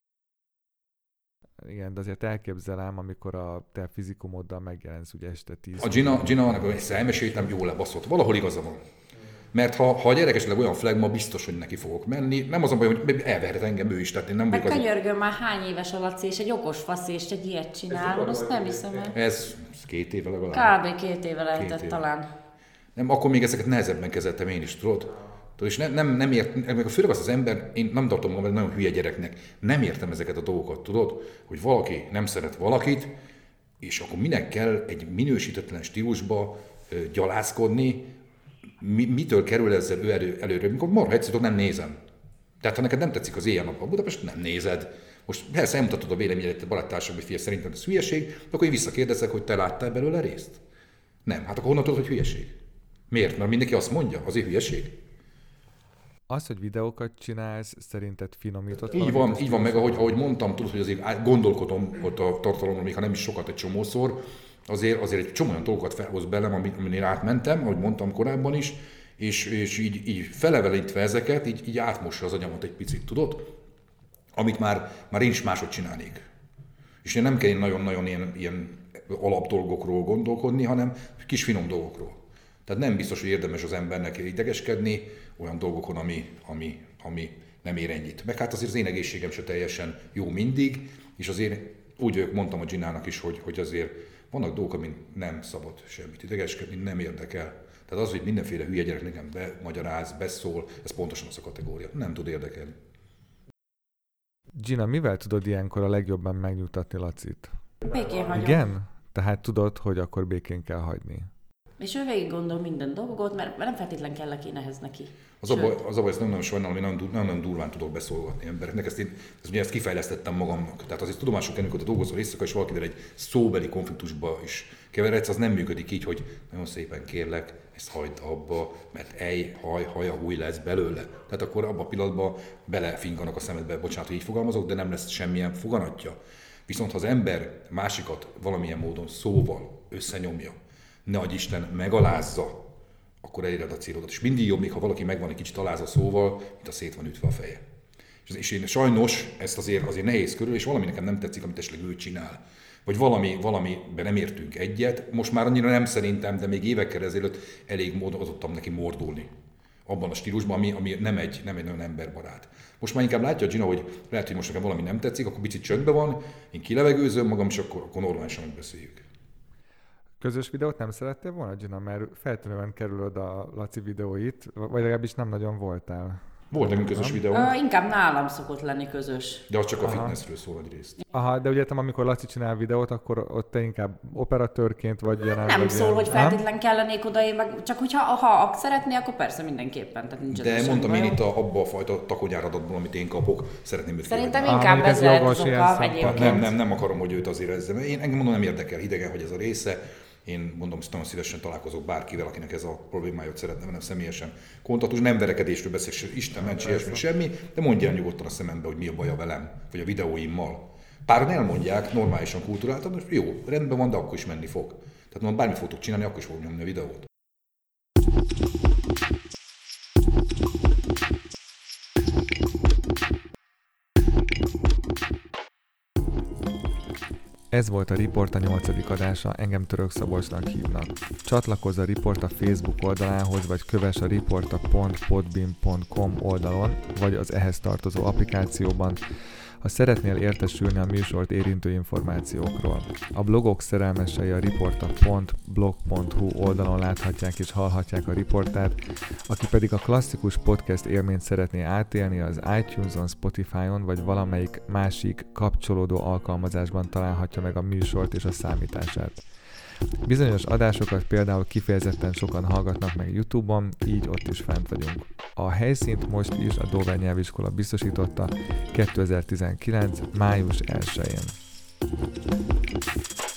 Igen, de azért elképzelem, amikor a te fizikumoddal megjelensz ugye este tíz. A Gina, Gina-nak ezt elmeséltem, jól lebaszott. Valahol igaza van. Mert ha, ha a gyerek esetleg olyan flagma, biztos, hogy neki fogok menni. Nem az a baj, hogy elverhet engem ő is, tehát én nem vagyok az... Könyörgöm, már hány éves a Laci, és egy okos fasz, és egy ilyet csinál, azt nem hiszem el. Ez két éve legalább. Kb. két éve lehetett két éve. talán. Nem, akkor még ezeket nehezebben kezeltem én is, tudod? És nem, nem, nem ért, meg főleg az az ember, én nem tartom magam nagyon hülye gyereknek, nem értem ezeket a dolgokat, tudod? Hogy valaki nem szeret valakit, és akkor minek kell egy minősítetlen stílusba gyalázkodni, mi, mitől kerül ezzel ő elő, előre, amikor marha egyszerűen nem nézem. Tehát ha neked nem tetszik az éjjel-nap a Budapest, nem nézed. Most persze elmutatod a véleményedet a baráttársak, hogy figyelj, szerintem ez hülyeség, akkor én visszakérdezek, hogy te láttál belőle részt? Nem. Hát akkor honnan tudod, hogy hülyeség? Miért? Mert mindenki azt mondja, azért hülyeség. Az, hogy videókat csinálsz, szerinted finomított? Így van, így van, meg ahogy, ahogy mondtam, tudod, hogy azért gondolkodom ott a tartalomról, még ha nem is sokat, egy csomószor, azért, azért egy csomó olyan dolgokat felhoz belem, amin átmentem, ahogy mondtam korábban is, és, és így, így felevelítve ezeket, így, így átmossa az agyamat egy picit, tudod? Amit már, már én is máshogy csinálnék. És én nem kell nagyon-nagyon ilyen, ilyen alapdolgokról gondolkodni, hanem kis finom dolgokról. Tehát nem biztos, hogy érdemes az embernek idegeskedni olyan dolgokon, ami, ami, ami nem ér ennyit. Meg hát azért az én egészségem se teljesen jó mindig, és azért úgy vagyok, mondtam a Ginának is, hogy, hogy azért vannak dolgok, amin nem szabad semmit idegeskedni, nem érdekel. Tehát az, hogy mindenféle hülye gyerek nekem bemagyaráz, beszól, ez pontosan az a kategória. Nem tud érdekelni. Gina, mivel tudod ilyenkor a legjobban megnyugtatni Lacit? Békén hagyom. Igen? Tehát tudod, hogy akkor békén kell hagyni. És ő végig gondol minden dolgot, mert nem feltétlen kell neki nehez neki. Az a baj, az a baj, ezt nem nagyon sajnálom, hogy nagyon, nagyon durván tudok beszólgatni embereknek. Ezt én ezt, ugye ezt kifejlesztettem magamnak. Tehát azért tudomásul kell, amikor a dolgozol éjszaka, és valakivel egy szóbeli konfliktusba is keveredsz, az nem működik így, hogy nagyon szépen kérlek, ezt hagyd abba, mert ej, haj, haja, húj lesz belőle. Tehát akkor abban a pillanatban belefinganak a szemedbe, bocsánat, hogy így fogalmazok, de nem lesz semmilyen foganatja. Viszont ha az ember másikat valamilyen módon szóval összenyomja, ne adj Isten, megalázza, akkor eléred a célodat. És mindig jobb, még ha valaki megvan egy kicsit alázva szóval, mint a szét van ütve a feje. És én sajnos ezt azért, azért nehéz körül, és valami nekem nem tetszik, amit esetleg ő csinál. Vagy valami, valamiben nem értünk egyet, most már annyira nem szerintem, de még évekkel ezelőtt elég módon adottam neki mordulni. Abban a stílusban, ami, ami nem, egy, nem egy nagyon emberbarát. Most már inkább látja Gina, hogy lehet, hogy most nekem valami nem tetszik, akkor picit csöndben van, én kilevegőzöm magam, és akkor, akkor normálisan megbeszéljük. Közös videót nem szerettél volna, Gina, mert feltűnően kerülöd a Laci videóit, vagy legalábbis nem nagyon voltál. Volt nekünk közös videó. Ö, inkább nálam szokott lenni közös. De az csak a Aha. fitnessről szól nagy részt. Aha, de ugye amikor Laci csinál videót, akkor ott te inkább operatőrként vagy jelen. Nem vagy szól, ilyen, hogy nem? feltétlen kellenék oda, én meg csak hogyha ha szeretné, akkor persze mindenképpen. Tehát nincs De ez mondtam semmi én bajom. itt a, abba a fajta takonyáradatból, amit én kapok, szeretném őt Szerintem kérni. inkább mondjuk ez ez lehet jogos az ilyen oka szempontból. egyébként. Nem, nem, nem akarom, hogy őt azért ezzel. Én engem mondom, nem érdekel, idegen, hogy ez a része. Én mondom, nagyon szívesen találkozok bárkivel, akinek ez a problémáját szeretne velem személyesen kontaktus. Nem verekedésről beszélek, Isten mentse, ilyesmi, semmi, de mondja el nyugodtan a szemembe, hogy mi a baja velem, vagy a videóimmal. Páran elmondják, normálisan, kulturáltan, hogy jó, rendben van, de akkor is menni fog. Tehát mondom, bármit fogok csinálni, akkor is fogok nyomni a videót. Ez volt a Report a nyolcadik adása, engem Török Szabolcsnak hívnak. Csatlakozz a Report a Facebook oldalához, vagy kövess a reporta pont podbean pont com oldalon, vagy az ehhez tartozó applikációban, ha szeretnél értesülni a műsort érintő információkról. A blogok szerelmesei a reporta pont blog pont hu oldalon láthatják és hallhatják a riportát, aki pedig a klasszikus podcast élményt szeretné átélni, az iTunes-on, Spotify-on vagy valamelyik másik kapcsolódó alkalmazásban találhatja meg a műsort és a számítását. Bizonyos adásokat például kifejezetten sokan hallgatnak meg YouTube-on, így ott is fent vagyunk. A helyszínt most is a Dover Nyelviskola biztosította kétezer-tizenkilenc. május elsején.